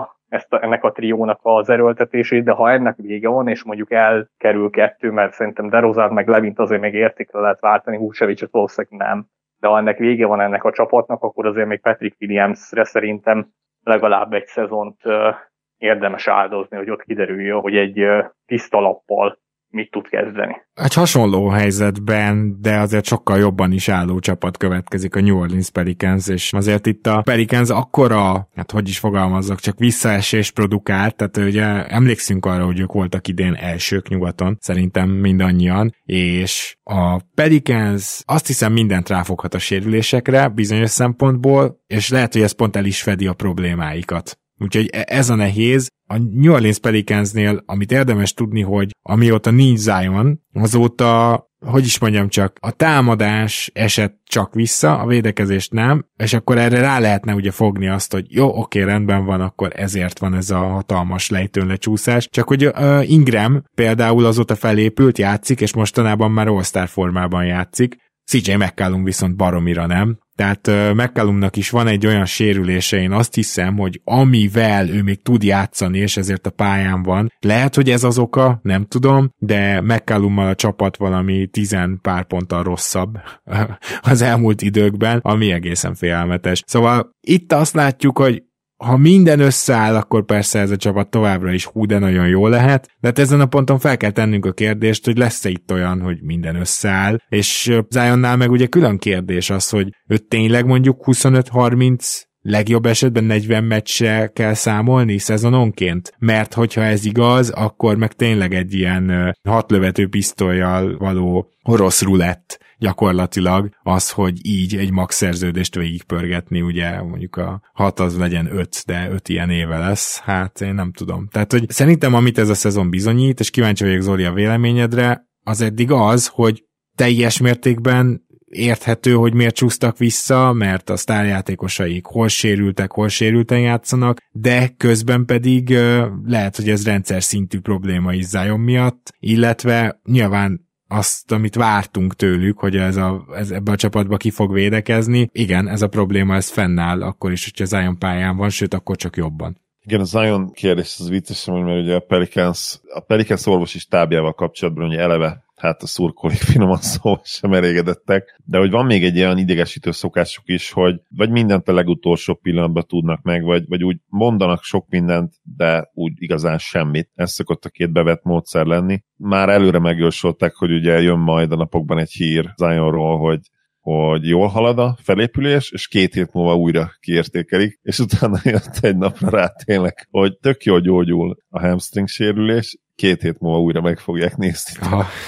ennek a triónak az erőltetését, de ha ennek vége van, és mondjuk elkerül 2, mert szerintem DeRozan meg Levint azért még értékre lehet váltani, Vucevicet valószínűleg nem, de ha ennek vége van ennek a csapatnak, akkor azért még Patrick Williamsre szerintem legalább egy szezont érdemes áldozni, hogy ott kiderüljön, hogy egy tiszta lappal mit tud kezdeni. Egy hasonló helyzetben, de azért sokkal jobban is álló csapat következik, a New Orleans Pelicans, és azért itt a Pelicans akkora, hát hogy is fogalmazzak, csak visszaesés produkált, tehát ugye emlékszünk arra, hogy ők voltak idén elsők nyugaton, szerintem mindannyian, és a Pelicans azt hiszem mindent ráfoghat a sérülésekre bizonyos szempontból, és lehet, hogy ez pont el is fedi a problémáikat. Úgyhogy ez a nehéz. A New Orleans Pelicansnél, amit érdemes tudni, hogy amióta nincs Zion, azóta, hogy is mondjam csak, a támadás esett csak vissza, a védekezést nem, és akkor erre rá lehetne ugye fogni azt, hogy jó, oké, rendben van, akkor ezért van ez a hatalmas lejtőn lecsúszás. Csak hogy Ingram például azóta felépült, játszik, és mostanában már All-Star formában játszik, CJ McCollum viszont baromira nem. Tehát McCollumnak is van egy olyan sérülése, én azt hiszem, hogy amivel ő még tud játszani, és ezért a pályán van. Lehet, hogy ez az oka, nem tudom, de McCollummal a csapat valami 10 pár ponttal rosszabb az elmúlt időkben, ami egészen félelmetes. Szóval itt azt látjuk, hogy ha minden összeáll, akkor persze ez a csapat továbbra is de nagyon jó lehet, de hát ezen a ponton fel kell tennünk a kérdést, hogy lesz-e itt olyan, hogy minden összeáll, és Zionnál meg ugye külön kérdés az, hogy ő tényleg mondjuk 25-30 legjobb esetben 40 meccsre kell számolni szezononként, mert hogyha ez igaz, akkor meg tényleg egy ilyen 6 lövető pisztollyal való orosz rulett gyakorlatilag az, hogy így egy max szerződést végigpörgetni, ugye mondjuk a 6 az legyen 5, de 5 ilyen éve lesz, hát én nem tudom. Tehát, hogy szerintem amit ez a szezon bizonyít, és kíváncsi vagyok Zoli a véleményedre, az eddig az, hogy teljes mértékben érthető, hogy miért csúsztak vissza, mert a sztárjátékosaik hol sérülten játszanak, de közben pedig lehet, hogy ez rendszer szintű probléma is Zion miatt, illetve nyilván azt, amit vártunk tőlük, hogy ez ebbe a csapatba ki fog védekezni. Igen, ez a probléma, ez fennáll akkor is, hogyha Zion pályán van, sőt, akkor csak jobban. Igen, a Zion kérdés az vicces, mert ugye a Pelicans orvosi stábjával kapcsolatban ugye eleve hát a szurkolók finoman szóval sem elégedettek, de hogy van még egy ilyen idegesítő szokásuk is, hogy vagy mindent a legutolsó pillanatban tudnak meg, vagy úgy mondanak sok mindent, de úgy igazán semmit. Ez szokott a két bevett módszer lenni. Már előre megjósolták, hogy ugye jön majd a napokban egy hír Zionról, hogy jól halad a felépülés, és 2 hét múlva újra kiértékelik, és utána jött egy napra rá tényleg, hogy tök jól gyógyul a hamstring sérülés, 2 hét múlva újra meg fogják nézni.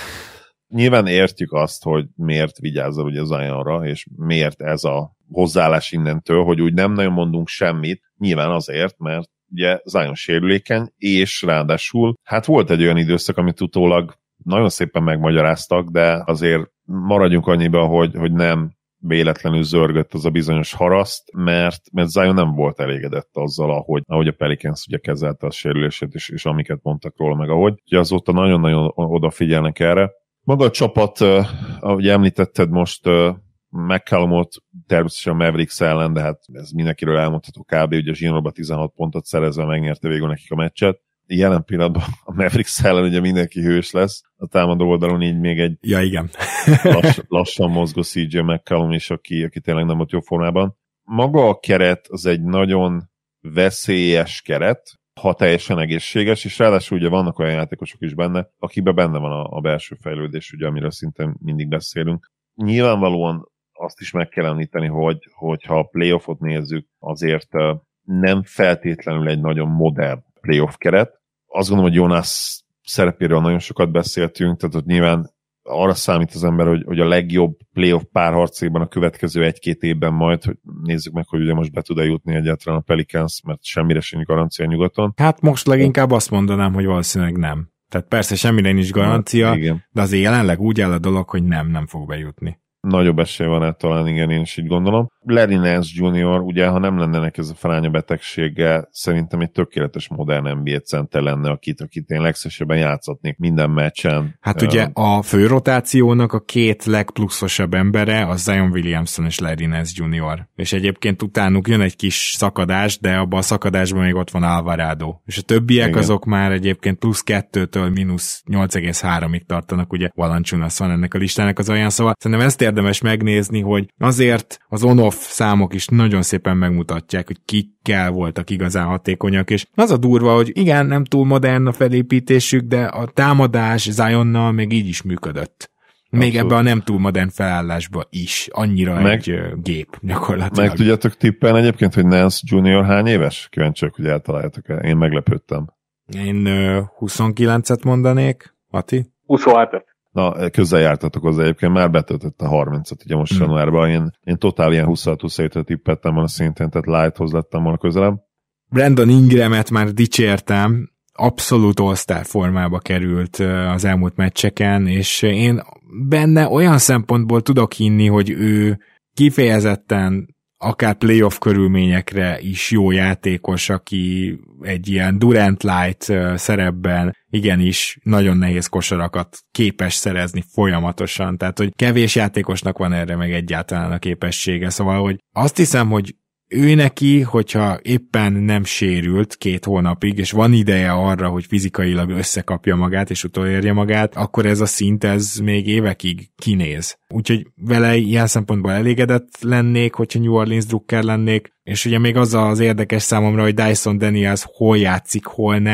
Nyilván értjük azt, hogy miért vigyázzal ugye Zionra, és miért ez a hozzáállás innentől, hogy úgy nem nagyon mondunk semmit, nyilván azért, mert ugye Zion sérülékeny, és ráadásul hát volt egy olyan időszak, amit utólag nagyon szépen megmagyaráztak, de azért maradjunk annyiba, hogy nem véletlenül zörgött az a bizonyos haraszt, mert Zion nem volt elégedett azzal, ahogy a Pelicans ugye kezelte a sérülését, és amiket mondtak róla, meg ahogy. Ugye azóta nagyon-nagyon odafigyelnek erre. Maga a csapat, ahogy említetted most, McCallumot természetesen a Mavericks ellen, de hát ez mindenkiről elmondható kb. Ugye Zsinórba 16 pontot szerezve megnyerte végül nekik a meccset. Jelen pillanatban a Mavericks ellen ugye mindenki hős lesz, a támadó oldalon így még egy igen. lassan mozgó CJ McCallum is, aki tényleg nem volt jó formában. Maga a keret az egy nagyon veszélyes keret, ha teljesen egészséges, és ráadásul ugye vannak olyan játékosok is benne, akikben benne van a belső fejlődés, ugye, amiről szintén mindig beszélünk. Nyilvánvalóan azt is meg kell említeni, hogy ha a playoffot nézzük, azért nem feltétlenül egy nagyon modern playoff keret. Azt gondolom, hogy Jonas szerepéről nagyon sokat beszéltünk, tehát ott nyilván arra számít az ember, hogy a legjobb playoff párharcéban a következő 1-2 évben majd, hogy nézzük meg, hogy ugye most be tud-e jutni egyáltalán a Pelicans, mert semmire sincs garancia nyugaton. Hát most leginkább azt mondanám, hogy valószínűleg nem. Tehát persze semmire nincs garancia, de azért jelenleg úgy áll a dolog, hogy nem fog bejutni. Nagyobb esély van hát talán, igen, én is így gondolom. Larry Nance Jr., ugye, ha nem lenne neki ez a fránya betegsége, szerintem egy tökéletes modern NBA center lenne, akit én legszívesebben játszatnék minden meccsen. Hát ugye a fő rotációnak a 2 legpluszosabb embere az Zion Williamson és Larry Nance Jr. És egyébként utánuk jön egy kis szakadás, de abban a szakadásban még ott van Alvarado. És a többiek igen. Azok már egyébként +2-től -8,3-ig tartanak, ugye Valanciunas van ennek a listának az alján, szóval szerintem ezt érdemes megnézni, hogy azért az on-off számok is nagyon szépen megmutatják, hogy kikkel voltak igazán hatékonyak, és az a durva, hogy igen, nem túl modern a felépítésük, de a támadás Zionnal még így is működött. Még ebbe a nem túl modern felállásba is. Annyira egy gép gyakorlatilag. Meg tudjátok tippelni egyébként, hogy Nance Junior hány éves? Kíváncsiak, hogy eltaláljátok-e. Én meglepődtem. Én 29-et mondanék. Ati? 27-et. Na, közel jártatok hozzá, egyébként már betöltött a 30-at, ugye most januárban. Én totál ilyen 26-27-et tippettem volna szintén, tehát lighthoz lettem volna közelem. Brandon Ingramet már dicsértem, abszolút all-star formába került az elmúlt meccseken, és én benne olyan szempontból tudok hinni, hogy ő kifejezetten akár playoff körülményekre is jó játékos, aki egy ilyen Durant Light szerepben igenis nagyon nehéz kosarakat képes szerezni folyamatosan, tehát hogy kevés játékosnak van erre meg egyáltalán a képessége, szóval hogy azt hiszem, hogy ő neki, hogyha éppen nem sérült 2 hónapig, és van ideje arra, hogy fizikailag összekapja magát, és utolérje magát, akkor ez a szint, ez még évekig kinéz. Úgyhogy vele ilyen szempontból elégedett lennék, hogyha New Orleans drukker lennék, és ugye még az érdekes számomra, hogy Dyson Daniels hol játszik, hol nem,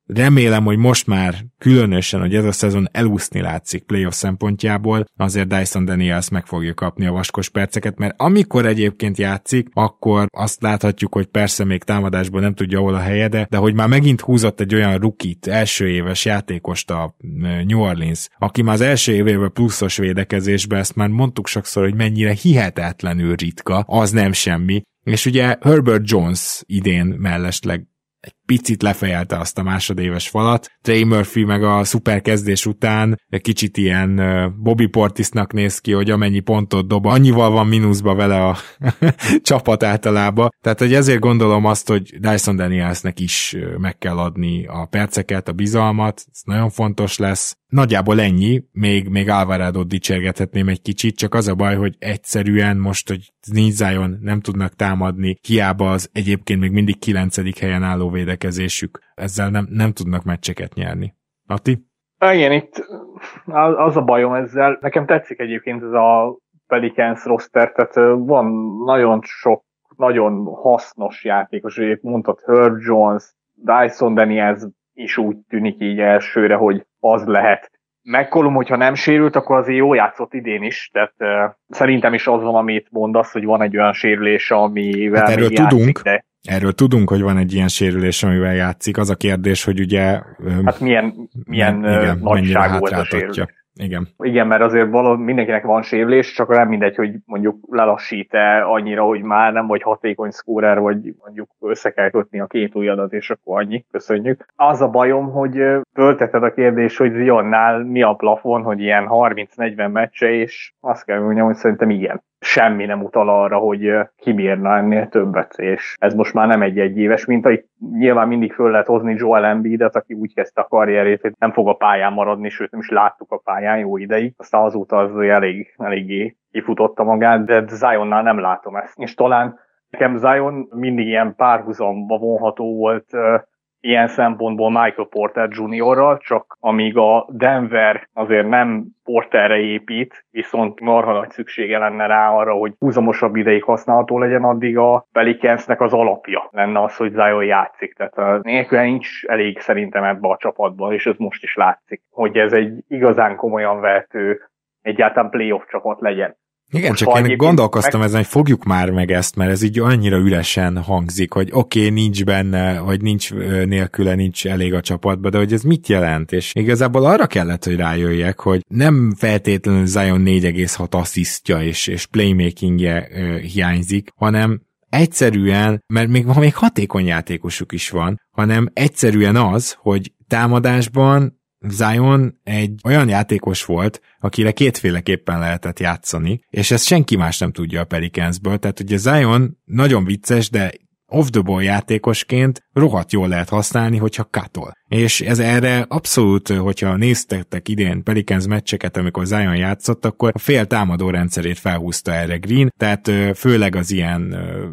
remélem, hogy most már különösen, hogy ez a szezon elúszni látszik playoff szempontjából, azért Dyson Daniels meg fogja kapni a vaskos perceket, mert amikor egyébként játszik, akkor azt láthatjuk, hogy persze még támadásból nem tudja hol a helye, de hogy már megint húzott egy olyan rukit, első éves játékost a New Orleans, aki már az első évében pluszos védekezésben, ezt már mondtuk sokszor, hogy mennyire hihetetlenül ritka, az nem semmi. És ugye Herbert Jones idén mellesleg egy picit lefejelte azt a másodéves falat. Trey Murphy meg a szuper kezdés után egy kicsit ilyen Bobby Portisnak néz ki, hogy amennyi pontot dob, annyival van mínuszba vele a csapat általában. Tehát, hogy ezért gondolom azt, hogy Dyson Danielsnek is meg kell adni a perceket, a bizalmat, ez nagyon fontos lesz. Nagyjából ennyi, még Alvarado-t dicsérgethetném egy kicsit, csak az a baj, hogy egyszerűen most, hogy nincs Zion, nem tudnak támadni, hiába az egyébként még mindig 9. helyen álló védekezésük. Ezzel nem tudnak meccseket nyerni. Ati? Igen, itt az a bajom ezzel. Nekem tetszik egyébként ez a Pelicans roster, tehát van nagyon sok, nagyon hasznos játékos, hogy mondtad Herb Jones, Dyson Daniels is úgy tűnik így elsőre, hogy az lehet. McCollum, hogyha nem sérült, akkor azért jó játszott idén is, tehát szerintem is az van, amit mondasz, hogy van egy olyan sérülés, amivel hát erről játszik, tudunk. de... Erről tudunk, hogy van egy ilyen sérülés, amivel játszik. Az a kérdés, hogy ugye... Hát milyen nagyságú volt a sérülés. Igen, mert azért mindenkinek van sérülés, csak nem mindegy, hogy mondjuk lelassít-e annyira, hogy már nem vagy hatékony szkórer, vagy mondjuk össze kell kötni a két ujjadat, és akkor annyi. Köszönjük. Az a bajom, hogy föltetted a kérdés, hogy Zionnál mi a plafon, hogy ilyen 30-40 meccse, és azt kell mondjam, hogy szerintem igen. Semmi nem utal arra, hogy kibírna ennél többet, és ez most már nem egy egyéves minta. Itt nyilván mindig föl lehet hozni Joel Embiidet, aki úgy kezdte a karrierét, hogy nem fog a pályán maradni, sőt nem is láttuk a pályán jó ideig. Aztán azóta az eléggé kifutotta magát, de Zionnál nem látom ezt. És talán nekem Zion mindig ilyen párhuzamba vonható volt ilyen szempontból Michael Porter Jr.-ral, csak amíg a Denver azért nem Porterre épít, viszont marha nagy szüksége lenne rá arra, hogy húzamosabb ideig használható legyen, addig a Pelicansnek az alapja lenne az, hogy Zion játszik. Tehát nélkül nincs elég szerintem ebbe a csapatban, és ez most is látszik, hogy ez egy igazán komolyan vehető, egyáltalán playoff csapat legyen. Igen, most csak én gondolkoztam ezen, hogy fogjuk már meg ezt, mert ez így annyira üresen hangzik, hogy oké, nincs benne, vagy nincs nélküle, nincs elég a csapatba, de hogy ez mit jelent? És igazából arra kellett, hogy rájöjjek, hogy nem feltétlenül Zion 4,6 asszisztja és playmakingje hiányzik, hanem egyszerűen, mert még hatékony játékosuk is van, hanem egyszerűen az, hogy támadásban Zion egy olyan játékos volt, akire kétféleképpen lehetett játszani, és ezt senki más nem tudja a Pelicansből, tehát ugye Zion nagyon vicces, de off-the-ball játékosként rohadt jól lehet használni, hogyha katol. És ez erre abszolút, hogyha néztetek idén Pelicans meccseket, amikor Zion játszott, akkor a fél támadó rendszerét felhúzta erre Green, tehát főleg az ilyen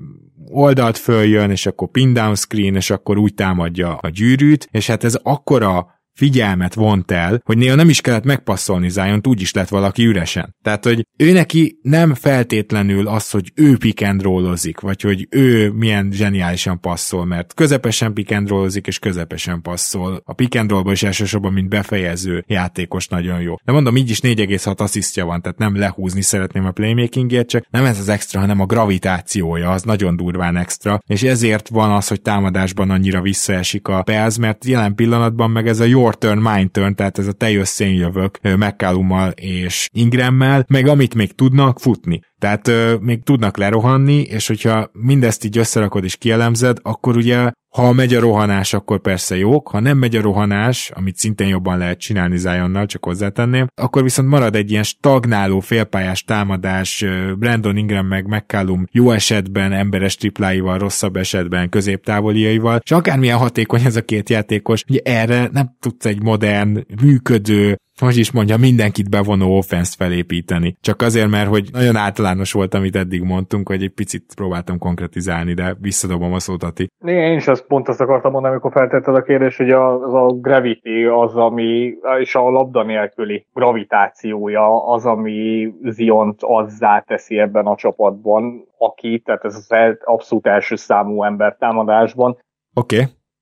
oldalt följön, és akkor pin down screen, és akkor úgy támadja a gyűrűt, és hát ez akkora figyelmet vont el, hogy néha nem is kellett megpasszolni Ziont, úgy is lett valaki üresen. Tehát, hogy ő neki nem feltétlenül az, hogy ő pick and rollozik, vagy hogy ő milyen zseniálisan passzol, mert közepesen pick and rollozik, és közepesen passzol. A pick and rollban is elsősorban, mint befejező játékos nagyon jó. De mondom, így is 4,6 asszisztja van, tehát nem lehúzni szeretném a playmakingért, csak nem ez az extra, hanem a gravitációja, az nagyon durván extra, és ezért van az, hogy támadásban annyira visszaesik a Pels, mert jelen pillanatban meg ez a your turn, mine turn, tehát ez a te jössz, én jövök McCallummal és Ingrammel, meg amit még tudnak, futni. Tehát még tudnak lerohanni, és hogyha mindezt így összerakod és kielemzed, akkor ugye, ha megy a rohanás, akkor persze jók, ha nem megy a rohanás, amit szintén jobban lehet csinálni Zionnal, csak hozzátenném, akkor viszont marad egy ilyen stagnáló félpályás támadás, Brandon Ingram meg McCallum jó esetben emberes tripláival, rosszabb esetben középtávoliaival, és akármilyen hatékony ez a két játékos, ugye erre nem tudsz egy modern, működő, hogy is mondja, mindenkit bevonó offenszt felépíteni. Csak azért, mert hogy nagyon általános volt, amit eddig mondtunk, hogy egy picit próbáltam konkretizálni, de visszadobom a szót, Ati. Én is pont azt akartam mondani, amikor feltetted a kérdést, hogy a gravity az, ami, és a labda nélküli gravitációja az, ami Ziont azzá teszi ebben a csapatban, aki, tehát ez az abszolút első számú ember támadásban. Oké.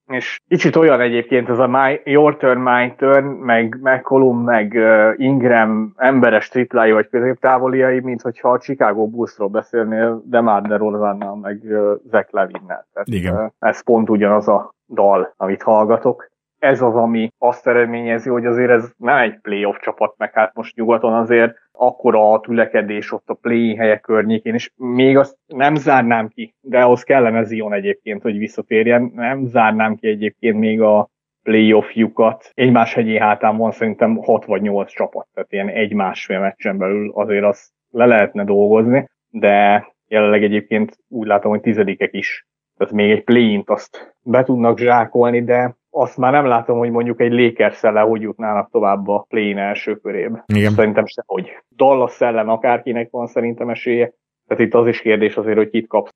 És kicsit olyan egyébként ez a your turn, my turn, meg McCollum, meg Ingram emberes triplái vagy középtávoliai, mint hogyha a Chicago Bullsról beszélnél, de már DeRozannal, meg Zach Levinnel. Igen. Ez pont ugyanaz a dal, amit hallgatok. Ez az, ami azt eredményezi, hogy azért ez nem egy playoff csapat, meg hát most nyugaton azért akkora a tülekedés ott a play helyek környékén, és még azt nem zárnám ki, de ahhoz kellene Zion egyébként, hogy visszatérjen, nem zárnám ki egyébként még a playoff-jukat. Egymás hegyé hátán van szerintem 6 vagy 8 csapat, tehát ilyen 1-1,5 meccsen belül azért azt le lehetne dolgozni, de jelenleg egyébként úgy látom, hogy 10-ek is. Tehát még egy play-int azt be tudnak zsákolni, de azt már nem látom, hogy mondjuk egy Lakers-szel hogy jutnának tovább a play-in első körébe. Igen. Szerintem sehogy. Dallas ellen akárkinek van szerintem esélye. Tehát itt az is kérdés azért, hogy kit kapsz.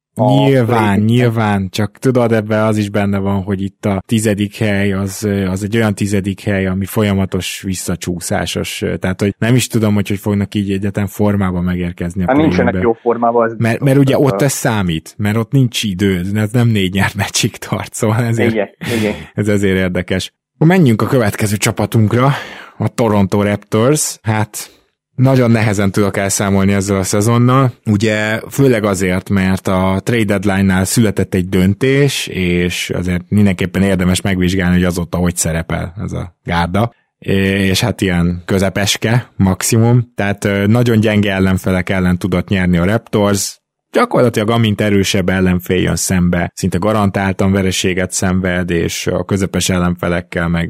Nyilván, csak tudod, ebben az is benne van, hogy itt a 10. hely az egy olyan 10. hely, ami folyamatos visszacsúszásos. Tehát, hogy nem is tudom, hogy fognak így egyáltalán formában megérkezni a play-inbe. Nincsenek jó formában. Mert ugye ott ez számít, mert ott nincs idő, ez nem 4 nyert meccsig tart, szóval ezért, igen. ez ezért érdekes. Menjünk a következő csapatunkra, a Toronto Raptors. Hát nagyon nehezen tudok elszámolni ezzel a szezonnal, ugye főleg azért, mert a trade deadline-nál született egy döntés, és azért mindenképpen érdemes megvizsgálni, hogy azóta hogy szerepel ez a gárda, és hát ilyen közepeske maximum, tehát nagyon gyenge ellenfelek ellen tudott nyerni a Raptors, gyakorlatilag amint erősebb ellenfél jön szembe, szinte garantáltan vereséget szenved, és a közepes ellenfelekkel meg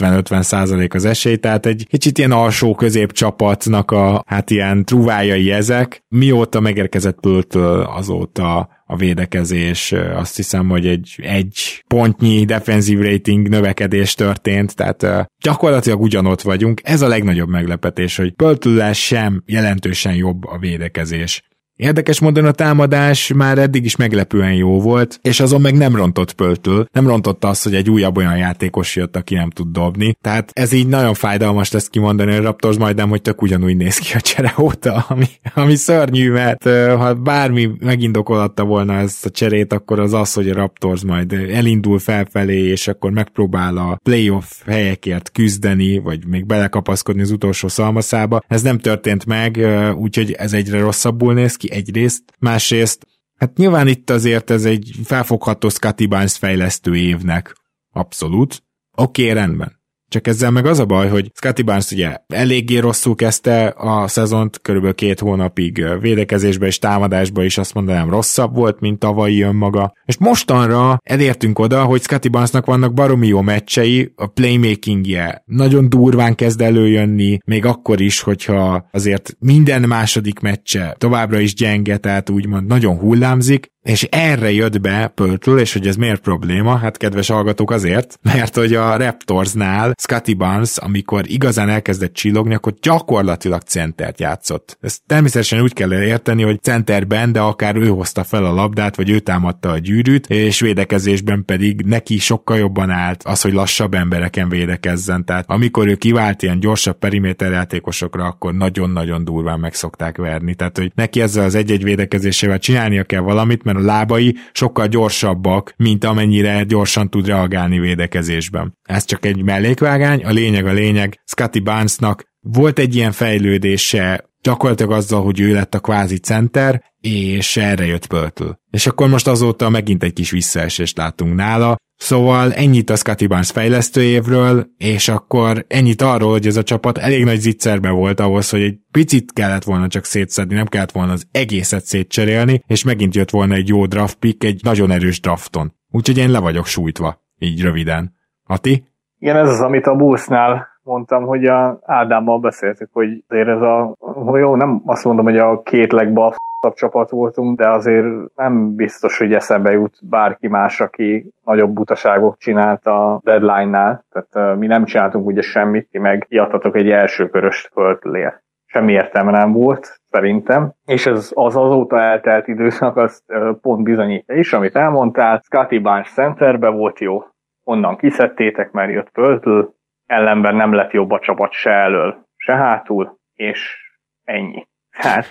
50-50% az esély, tehát egy kicsit ilyen alsó középcsapatnak a hát ilyen truvájai ezek. Mióta megérkezett Pöltől, azóta a védekezés, azt hiszem, hogy egy pontnyi defensív rating növekedés történt, tehát gyakorlatilag ugyanott vagyunk. Ez a legnagyobb meglepetés, hogy Pöltől sem jelentősen jobb a védekezés. Érdekes módon a támadás már eddig is meglepően jó volt, és azon meg nem rontott Pöltől, nem rontotta azt, hogy egy újabb olyan játékos jött, aki nem tud dobni. Tehát ez így nagyon fájdalmas lesz kimondani a Raptors, majdnem, hogy tök ugyanúgy néz ki a csere óta, ami szörnyű, mert ha bármi megindokolatta volna ezt a cserét, akkor az, hogy a Raptors majd elindul felfelé, és akkor megpróbál a playoff helyekért küzdeni, vagy még belekapaszkodni az utolsó szalmaszába. Ez nem történt meg, úgyhogy ez egyre rosszabbul néz ki egyrészt, másrészt, hát nyilván itt azért ez egy felfogható Scottie Barnes fejlesztő évnek. Abszolút. Oké, rendben. Csak ezzel meg az a baj, hogy Scottie Barnes ugye eléggé rosszul kezdte a szezont, körülbelül 2 hónapig védekezésbe és támadásba is azt mondanám rosszabb volt, mint tavalyi önmaga. És mostanra elértünk oda, hogy Scottie Barnesnak vannak baromi jó meccsei, a playmakingje nagyon durván kezd előjönni, még akkor is, hogyha azért minden második meccse továbbra is gyenge, tehát úgymond nagyon hullámzik, és erre jött be Pöltől, és hogy ez miért probléma? Hát kedves hallgatók azért, mert hogy a Raptorsnál Scottie Barnes, amikor igazán elkezdett csillogni, akkor gyakorlatilag centert játszott. Ezt természetesen úgy kell érteni, hogy centerben, de akár ő hozta fel a labdát, vagy ő támadta a gyűrűt, és védekezésben pedig neki sokkal jobban állt az, hogy lassabb embereken védekezzen. Tehát amikor ő kivált ilyen gyorsabb periméterjátékosokra, akkor nagyon-nagyon durván meg szokták verni. Tehát, hogy neki ezzel az egy-egy védekezésével csinálnia kell valamit, mert a lábai sokkal gyorsabbak, mint amennyire gyorsan tud reagálni védekezésben. Ez csak egy mellékvágány, a lényeg, Scottie Barnesnak volt egy ilyen fejlődése, gyakorlatilag azzal, hogy ő lett a kvázi center, és erre jött Pöltől. És akkor most azóta megint egy kis visszaesést látunk nála, szóval ennyit a Scottie Barnes fejlesztő évről, és akkor ennyit arról, hogy ez a csapat elég nagy zicserbe volt ahhoz, hogy egy picit kellett volna csak szétszedni, nem kellett volna az egészet szétcserélni, és megint jött volna egy jó draft pick, egy nagyon erős drafton. Úgyhogy én le vagyok sújtva, így röviden. Ati? Igen, ez az, amit a Bullsnál mondtam, hogy a Ádámmal beszéltük, hogy azért ez jó, nem azt mondom, hogy a 2 legbalfabb csapat voltunk, de azért nem biztos, hogy eszembe jut bárki más, aki nagyobb butaságot csinált a deadline-nál. Tehát mi nem csináltunk ugye semmit, ti meg kiadtatok egy elsőköröst Pöltlér. Semmi értelme nem volt, szerintem. És ez az azóta eltelt időszak, azt pont bizonyítja is, amit elmondtál. Scottie Barnes centerbe volt jó, onnan kiszedtétek, mert jött Pöltl, ellenben nem lett jobb a csapat se elől, se hátul, és ennyi. Hát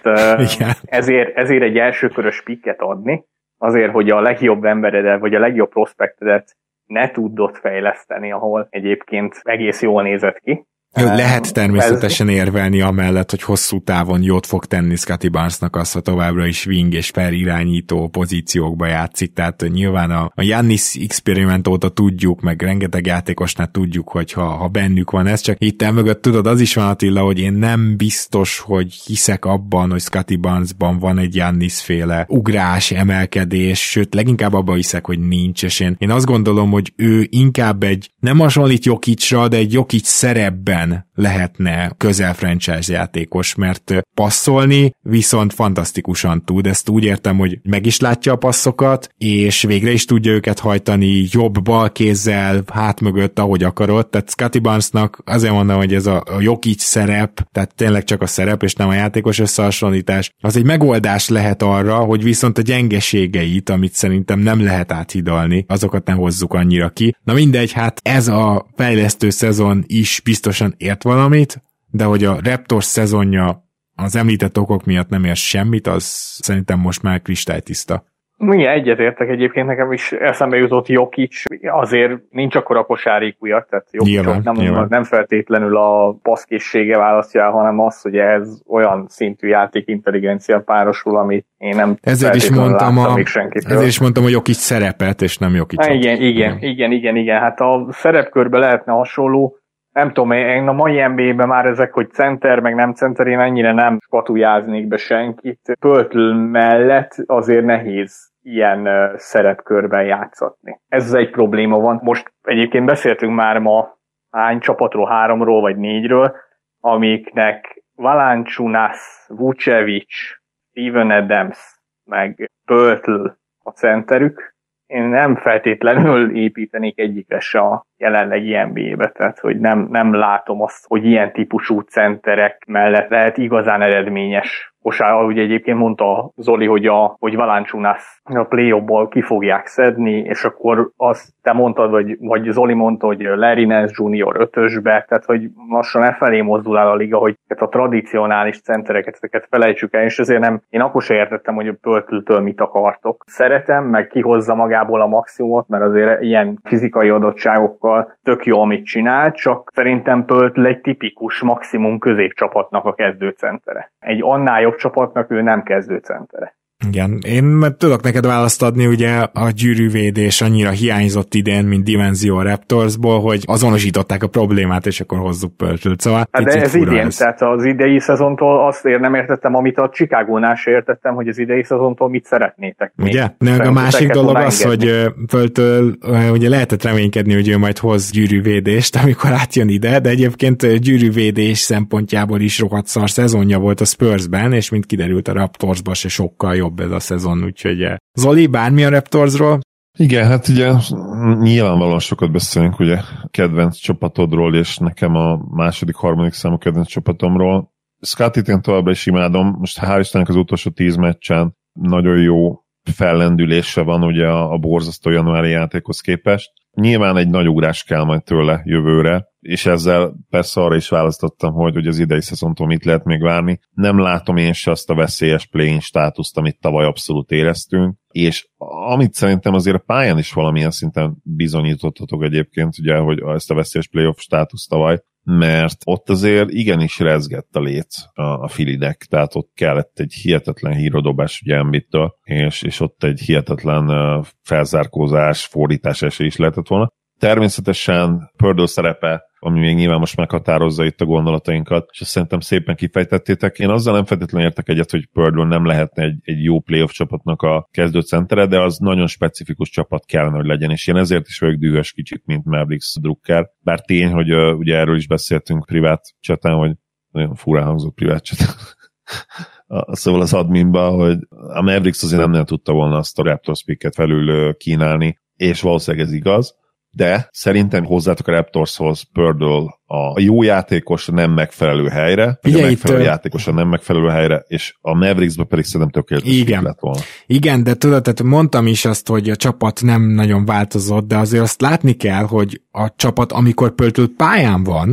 ezért egy elsőkörös pikket adni, azért, hogy a legjobb emberedet, vagy a legjobb prospektedet ne tudott fejleszteni, ahol egyébként egész jól nézett ki. Lehet természetesen érvelni amellett, hogy hosszú távon jót fog tenni Scottie Barnesnak az, ha továbbra is wing és per irányító pozíciókba játszik, tehát nyilván a Giannis experiment óta tudjuk, meg rengeteg játékosnál tudjuk, hogy ha bennük van ez, csak itt elmögött tudod, az is van, Attila, hogy én nem biztos, hogy hiszek abban, hogy Scottie Barnesban van egy Giannis-féle ugrás, emelkedés, sőt, leginkább abban hiszek, hogy nincs, és én azt gondolom, hogy ő inkább nem hasonlít Jokicra, de egy Jokic szerepben lehetne közel franchise játékos, mert passzolni viszont fantasztikusan tud. Ezt úgy értem, hogy meg is látja a passzokat, és végre is tudja őket hajtani jobb bal kézzel, hát mögött, ahogy akarod. Tehát Scottie Barnesnak azért mondom, hogy ez a Jokic szerep, tehát tényleg csak a szerep, és nem a játékos összehasonlítás, az egy megoldás lehet arra, hogy viszont a gyengeségeit, amit szerintem nem lehet áthidalni, azokat ne hozzuk annyira ki. Na mindegy, hát ez a fejlesztő szezon is biztosan ért valamit, de hogy a Raptors szezonja az említett okok miatt nem ér semmit, az szerintem most már kristálytiszta. Igen, egyetértek egyébként, nekem is eszembe jutott Jokic, azért nincs akkora kosárikúja, tehát Jokic nem feltétlenül a passzkészsége választja, hanem az, hogy ez olyan szintű játékintelligencia párosul, amit én nem láttam még senkitől. Ezért is mondtam, hogy Jokic szerepet, és nem Jokic. Igen, hát a szerepkörbe lehetne hasonló. Nem tudom, én a mai NBA-ben már ezek, hogy center, meg nem center, én ennyire nem skatujáznék be senkit. Pöltl mellett azért nehéz ilyen szerepkörben játszatni. Ez egy probléma van. Most egyébként beszéltünk már ma hány csapatról, 3-ról vagy 4-ről, amiknek Valanciunas, Vucevic, Steven Adams, meg Pöltl a centerük. Én nem feltétlenül építenék egyikre se a jelenlegi NBA-be, tehát hogy nem látom azt, hogy ilyen típusú centerek mellett lehet igazán eredményes kosár, ahogy egyébként mondta Zoli, hogy Valanciunas a play-offból ki fogják szedni, és akkor azt te mondtad, vagy Zoli mondta, hogy Larry Nance Jr. 5-ösbe, tehát hogy lassan e felé mozdul el a liga, hogy a tradicionális centereket ezeket felejtsük el, és ezért én akkor se értettem, hogy a Pöltltől mit akartok. Szeretem, meg kihozza magából a maximumot, mert azért ilyen fizikai adottságokkal tök jó, amit csinál, csak szerintem Pöltl egy tipikus maximum középcsapatnak a kezdőcentere. Egy annál jobb csapatnak ő nem kezdőcentere. Igen, én tudok neked választ adni, ugye a gyűrűvédés annyira hiányzott idén, mint dimenzió a Raptorsból, hogy azonosították a problémát, és akkor hozzuk Pöltlt. Szóval de ez idén, tehát az idei szezontól azt nem értettem, amit a Chicagónál se értettem, hogy az idei szezontól mit szeretnétek. Ugye? A másik dolog az, hogy Pöltl ugye lehetett reménykedni, hogy ő majd hoz gyűrűvédést, amikor átjön ide, de egyébként gyűrűvédés szempontjából is rohadt szar szezonja volt a Spursben, és mint kiderült a Raptorsban se sokkal jobb ez a szezon, úgyhogy Zoli, bármi a Raptorsról? Igen, hát ugye nyilvánvalóan sokat beszélünk ugye kedvenc csapatodról, és nekem a második, harmadik számú kedvenc csapatomról. Scottit én továbbra is imádom, most hál' Istennek az utolsó 10 meccsen nagyon jó fellendülése van ugye a borzasztó januári játékhoz képest. Nyilván egy nagy ugrás kell majd tőle jövőre, és ezzel persze arra is választottam, hogy az idei szezontól mit lehet még várni. Nem látom én se azt a veszélyes play-in státuszt, amit tavaly abszolút éreztünk, és amit szerintem azért a pályán is valamilyen szinten bizonyítottatok egyébként, ugye, hogy ezt a veszélyes playoff státuszt tavaly, mert ott azért igenis rezgett a léc a Phillynek, tehát ott kellett egy hihetetlen hírodobás ugye Embiidtől, és ott egy hihetetlen felzárkózás, fordítás esély is lehetett volna. Természetesen Pördő szerepe, ami még nyilván most meghatározza itt a gondolatainkat, és azt szerintem szépen kifejtettétek. Én azzal nem feltétlenül értek egyet, hogy Pördő nem lehetne egy jó playoff csapatnak a kezdőcentere, de az nagyon specifikus csapat kellene, hogy legyen, és én ezért is vagyok dühös kicsit, mint Mavericks Drucker. Bár tény, hogy ugye erről is beszéltünk privát chatán, hogy nagyon furán hangzott privát chatán. Szóval az adminba, hogy a Mavericks azért nem tudta volna azt a Raptors picket felül kínálni, és valószínűleg ez igaz. De szerintem hozzátok a Raptorshoz Pördől a jó játékos nem megfelelő helyre, vagy a megfelelő játékos nem megfelelő helyre, és a Mavericksbe pedig szerintem tökéletes lett volna. Igen, de tudod, tehát mondtam is azt, hogy a csapat nem nagyon változott, de azért azt látni kell, hogy a csapat, amikor Pördő pályán van,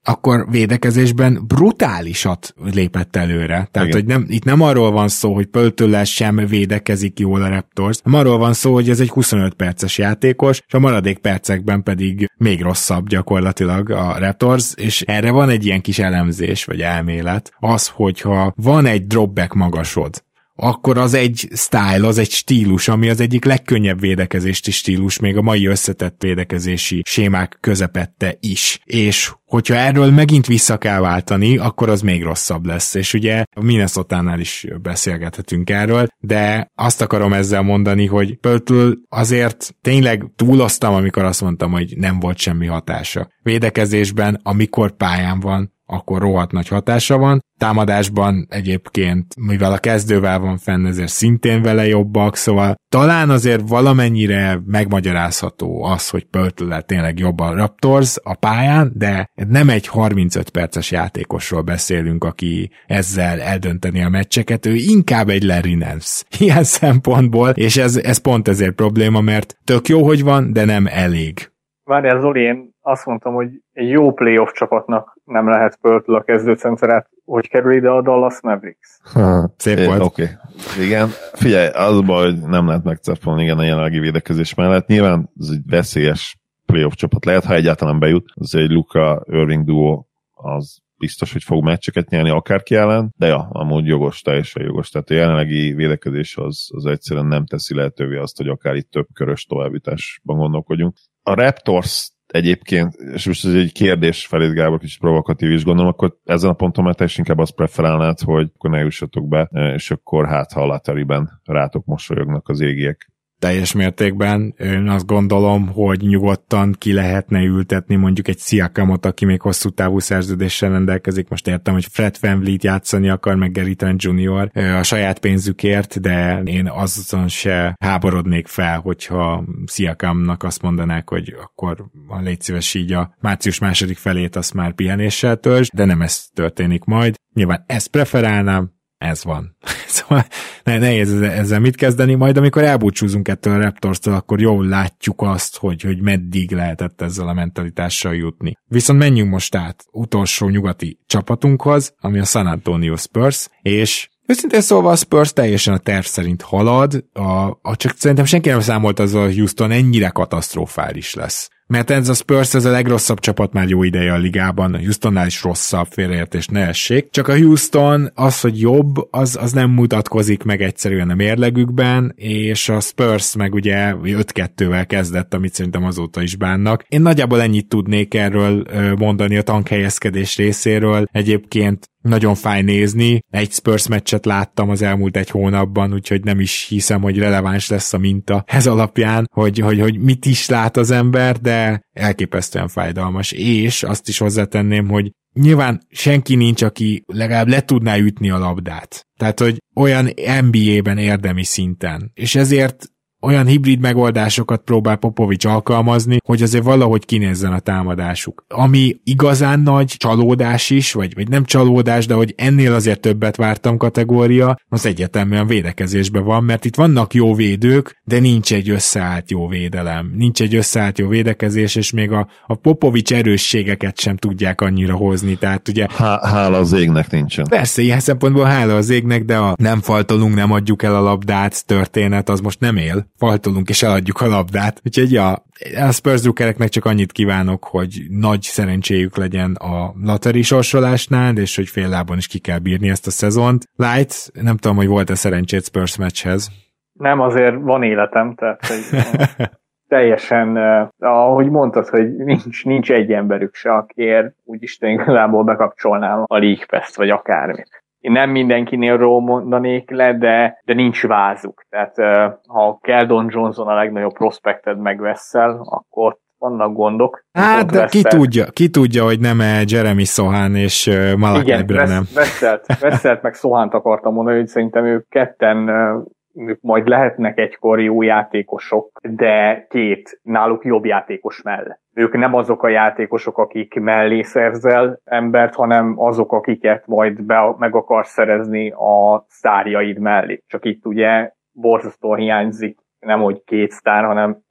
akkor védekezésben brutálisat lépett előre. Tehát, igen, hogy itt nem arról van szó, hogy Pöltől sem védekezik jól a Raptors, hanem arról van szó, hogy ez egy 25 perces játékos, és a maradék percekben pedig még rosszabb gyakorlatilag a Raptors, és erre van egy ilyen kis elemzés, vagy elmélet, az, hogyha van egy dropback magasod, akkor az egy style, az egy stílus, ami az egyik legkönnyebb védekezési stílus, még a mai összetett védekezési sémák közepette is. És hogyha erről megint vissza kell váltani, akkor az még rosszabb lesz. És ugye a Minnesotánál is beszélgethetünk erről, de azt akarom ezzel mondani, hogy Pöltől azért tényleg túloztam, amikor azt mondtam, hogy nem volt semmi hatása. Védekezésben, amikor pályán van, akkor rohadt nagy hatása van. Támadásban egyébként, mivel a kezdővel van fenn, ezért szintén vele jobbak, szóval talán azért valamennyire megmagyarázható az, hogy Pöltől tényleg jobb a Raptors a pályán, de nem egy 35 perces játékosról beszélünk, aki ezzel eldönteni a meccseket, ő inkább egy Larry Nance ilyen szempontból, és ez pont ezért probléma, mert tök jó, hogy van, de nem elég. Várjál, Zoli, én azt mondtam, hogy egy jó playoff csapatnak nem lehet Pöltől a kezdőcentrát, hogy kerül ide a Dallas Mavericks. Szép volt. Oké. Igen. Figyelj, az baj, hogy nem lehet megcepolni igen a jelenlegi védekezés mellett. Nyilván ez egy veszélyes playoff csapat lehet, ha egyáltalán bejut. Az egy Luka Irving duo, az biztos, hogy fog meccseket nyerni akárki ellen, de ja, amúgy jogos, teljesen jogos. Tehát a jelenlegi védekezés az egyszerűen nem teszi lehetővé azt, hogy akár itt több körös továbbításban gondolkodjunk. A Raptors egyébként, és most ez egy kérdés felé, Gábor, kicsit provokatív is gondolom, akkor ezen a ponton már teljesen inkább azt preferálnád, hogy akkor ne jussatok be, és akkor hát ha a lotteryben rátok mosolyognak az égiek. Teljes mértékben. Én azt gondolom, hogy nyugodtan ki lehetne ültetni mondjuk egy Siakamot, aki még hosszú távú szerződéssel rendelkezik. Most értem, hogy Fred VanVleet játszani akar, meg Gary Trent Jr. a saját pénzükért, de én azon se háborodnék fel, hogyha Siakamnak azt mondanák, hogy akkor légy szíves így a március második felét azt már pihenéssel töltsd, de nem ez történik majd. Nyilván ezt preferálnám, ez van. Szóval nehéz ezzel mit kezdeni, majd amikor elbúcsúzunk ettől a Raptorstól, akkor jól látjuk azt, hogy meddig lehetett ezzel a mentalitással jutni. Viszont menjünk most át utolsó nyugati csapatunkhoz, ami a San Antonio Spurs, és őszintén szólva a Spurs teljesen a terv szerint halad, csak szerintem senki nem számolt azzal, hogy Houston ennyire katasztrofális lesz. Mert ez a Spurs, ez a legrosszabb csapat már jó ideje a ligában, a Houstonnál is rosszabb, félreértés ne essék. Csak a Houston az, hogy jobb, az nem mutatkozik meg egyszerűen a mérlegükben, és a Spurs meg ugye 5-2-vel kezdett, amit szerintem azóta is bánnak. Én nagyjából ennyit tudnék erről mondani a tankhelyezkedés részéről. Egyébként nagyon fáj nézni. Egy Spurs meccset láttam az elmúlt egy hónapban, úgyhogy nem is hiszem, hogy releváns lesz a minta ez alapján, hogy mit is lát az ember, de elképesztően fájdalmas. És azt is hozzátenném, hogy nyilván senki nincs, aki legalább le tudná ütni a labdát. Tehát, hogy olyan NBA-ben érdemi szinten. És ezért olyan hibrid megoldásokat próbál Popovics alkalmazni, hogy azért valahogy kinézzen a támadásuk. Ami igazán nagy csalódás is, vagy nem csalódás, de hogy ennél azért többet vártam kategória, az egyetemben védekezésben van, mert itt vannak jó védők, de nincs egy összeállt jó védelem. Nincs egy összeállt jó védekezés, és még a Popovics erősségeket sem tudják annyira hozni. Tehát ugye... Hála az égnek nincsen. Persze, ilyen szempontból hála az égnek, de a nem faltolunk, nem adjuk el a labdát történet, az most nem él. Faltolunk és eladjuk a labdát. Úgyhogy a Spurs drukkereknek csak annyit kívánok, hogy nagy szerencséjük legyen a lottery sorsolásnál, és hogy fél lábon is ki kell bírni ezt a szezont. Light, nem tudom, hogy volt-e szerencsét Spurs meccshez. Nem, azért van életem, tehát hogy teljesen, ahogy mondtad, hogy nincs egy emberük se, akiért úgyis igazából bekapcsolnám a League Pass-t, vagy akármit. Én nem mindenkinél mondanék le, de nincs vázuk. Tehát ha Keldon Johnson a legnagyobb prospekted megveszel, akkor vannak gondok. Hát, de ki tudja, hogy nem-e Jeremy Sohan és Malachi Branham. Veszelt meg Sohant akartam mondani, hogy szerintem ők ketten ők majd lehetnek egykor jó játékosok, de náluk jobb játékos mellett. Ők nem azok a játékosok, akik mellé szerzel embert, hanem azok, akiket majd meg akarsz szerezni a sztárjaid mellé. Csak itt ugye borzasztóan hiányzik nem hogy 2 sztár, hanem egy.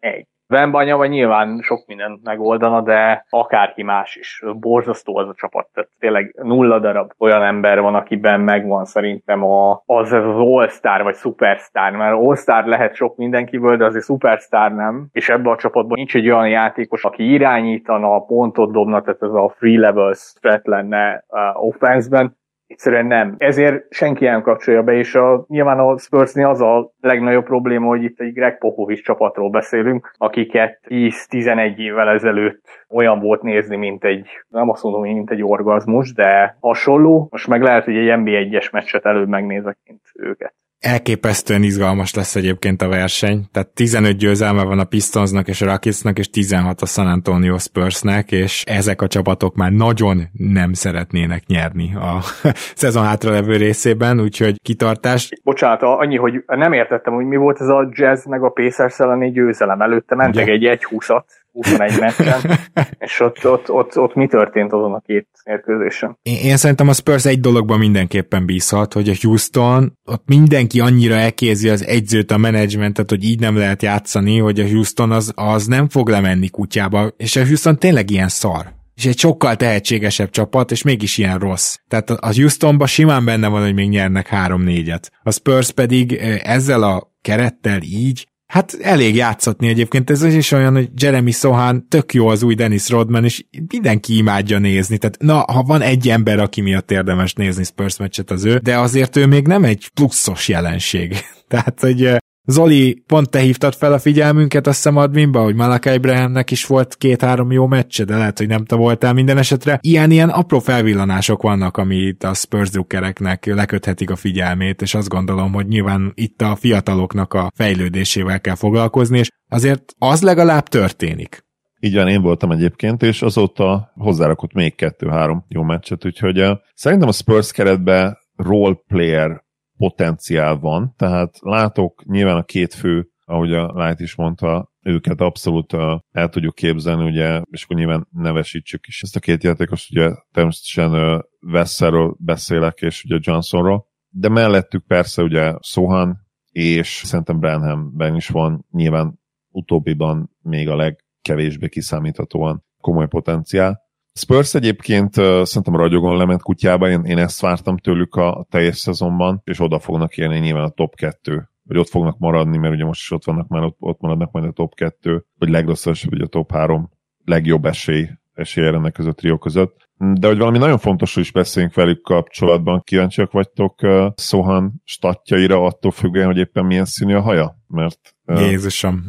Wembanyama nyilván sok mindent megoldana, de akárki más is. Borzasztó az a csapat. Tehát tényleg 0 darab olyan ember van, akiben megvan szerintem az all-star vagy superstar. Mert all-star lehet sok mindenkiből, de azért superstar nem. És ebben a csapatban nincs egy olyan játékos, aki irányítana, pontot dobna, tehát ez a free level threat lenne offense-ben. Egyszerűen nem. Ezért senki nem kapcsolja be, és nyilván a Spursnél az a legnagyobb probléma, hogy itt egy Greg Popovich csapatról beszélünk, akiket 10-11 évvel ezelőtt olyan volt nézni, mint egy, nem azt mondom, mint egy orgazmus, de hasonló. Most meg lehet, hogy egy NBA-1-es meccset előbb megnézek, mint őket. Elképesztően izgalmas lesz egyébként a verseny, tehát 15 győzelme van a Pistonsnak és a Rocketsnak, és 16 a San Antonio Spursnek, és ezek a csapatok már nagyon nem szeretnének nyerni a szezon hátralevő részében, úgyhogy kitartás. Bocsánat, annyi, hogy nem értettem, hogy mi volt ez a Jazz meg a Pacers elleni győzelem. Előtte mentek egy 1-20-at. 21 meccsen, és ott mi történt azon a két mérkőzésen? Én szerintem a Spurs egy dologban mindenképpen bízhat, hogy a Houston, ott mindenki annyira elkézi az egyzőt, a menedzsmentet, hogy így nem lehet játszani, hogy a Houston az nem fog lemenni kutyába, és a Houston tényleg ilyen szar. És egy sokkal tehetségesebb csapat, és mégis ilyen rossz. Tehát a Houstonban simán benne van, hogy még nyernek 3-4-et. A Spurs pedig ezzel a kerettel így, hát elég játszatni egyébként, ez is olyan, hogy Jeremy Sohan tök jó az új Dennis Rodman, és mindenki imádja nézni, tehát ha van egy ember, aki miatt érdemes nézni Spurs meccset, az ő, de azért ő még nem egy pluszos jelenség. Tehát, hogy Zoli, pont te hívtad fel a figyelmünket, azt hiszem adminba, hogy Malachi Brahamnek is volt 2-3 jó meccse, de lehet, hogy nem te voltál minden esetre. Ilyen apró felvillanások vannak, amit a Spurs drukkereknek leköthetik a figyelmét, és azt gondolom, hogy nyilván itt a fiataloknak a fejlődésével kell foglalkozni, és azért az legalább történik. Így van, én voltam egyébként, és azóta hozzárakott még 2-3 jó meccset, úgyhogy szerintem a Spurs keretben role player potenciál van, tehát látok nyilván a két fő, ahogy a Light is mondta, őket abszolút el tudjuk képzelni, ugye, és akkor nyilván nevesítsük is ezt a két játékost, ugye természetesen Wesserről beszélek, és ugye Johnsonról, de mellettük persze ugye Sohan, és szerintem Branhamben is van nyilván utóbbiban még a legkevésbé kiszámíthatóan komoly potenciál. Spurs egyébként szerintem ragyogon lement kutyába, én ezt vártam tőlük a teljes szezonban, és oda fognak érni nyilván a top 2, vagy ott fognak maradni, mert ugye most is ott vannak már, ott maradnak majd a top 2, vagy legrosszabb, vagy a top 3 legjobb esélye ennek között, trió között. De hogy valami nagyon fontos, hogy is beszéljünk velük kapcsolatban, kíváncsiak vagytok Sohan statjaira attól függően, hogy éppen milyen színű a haja? Mert Jézusom.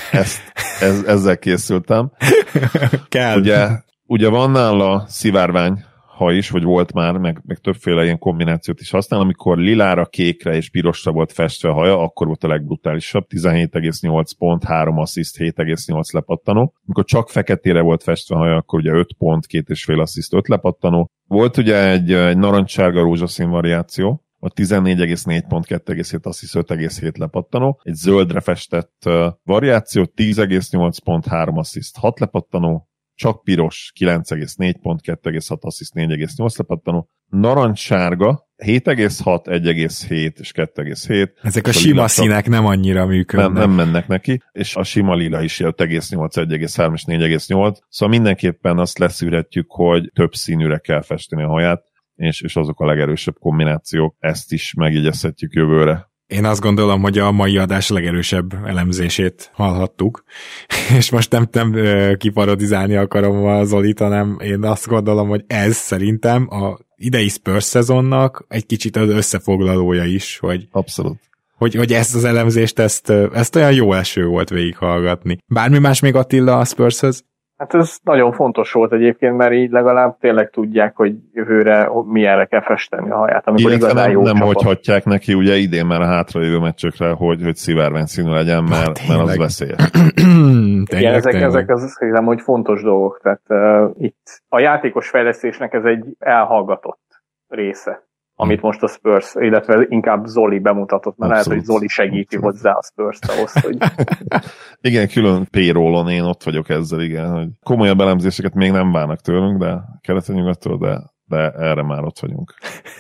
Ezzel készültem. Kell. Ugye van nála szivárvány ha is, vagy volt már, meg többféle ilyen kombinációt is használ, amikor lilára, kékre és pirosra volt festve a haja, akkor volt a legbrutálisabb, 17,8 pont, 3 assziszt, 7,8 lepattanó. Amikor csak feketére volt festve a haja, akkor ugye 5 pont, 2,5 assziszt, 5 lepattanó. Volt ugye egy narancssárga rózsaszín variáció, a 14,4 pont, 2,7 assziszt, 5,7 lepattanó. Egy zöldre festett variáció, 10,8 pont, 3 assziszt, 6 lepattanó. Csak piros, 9,4 pont, 2,6 assziszt, 4,8 lepattanó. Narancssárga, 7,6, 1,7 és 2,7. Ezek a sima színek nem annyira működnek. Nem mennek neki, és a sima lila is 5,8, 1,3 és 4,8. Szóval mindenképpen azt leszűrhetjük, hogy több színűre kell festeni a haját, és azok a legerősebb kombinációk. Ezt is megjegyezhetjük jövőre. Én azt gondolom, hogy a mai adás legerősebb elemzését hallhattuk, és most nem kiparodizálni akarom a Zolit, hanem én azt gondolom, hogy ez szerintem a idei Spurs szezonnak egy kicsit az összefoglalója is, hogy abszolút. Hogy ezt az elemzést, ezt olyan jó eső volt végighallgatni. Bármi más még Attila a Spurshöz? Hát ez nagyon fontos volt egyébként, mert így legalább tényleg tudják, hogy jövőre milyenre kell festeni a haját, amikor igazán jó nem csapat. hagyhatják neki ugye idén már a hátrajövő meccsökre, hogy szivárvány színű legyen, mert az veszélyes. Igen, ezek az hiszem, hogy fontos dolgok. Tehát itt a játékos fejlesztésnek ez egy elhallgatott része, amit most a Spurs, illetve inkább Zoli bemutatott, mert lehet, hogy Zoli segíti hozzá a Spurs-t ahhoz, hogy... Igen, külön payrollon én ott vagyok ezzel, igen, hogy komolyabb elemzéseket még nem várnak tőlünk, de keleten-nyugattól, de erre már ott vagyunk.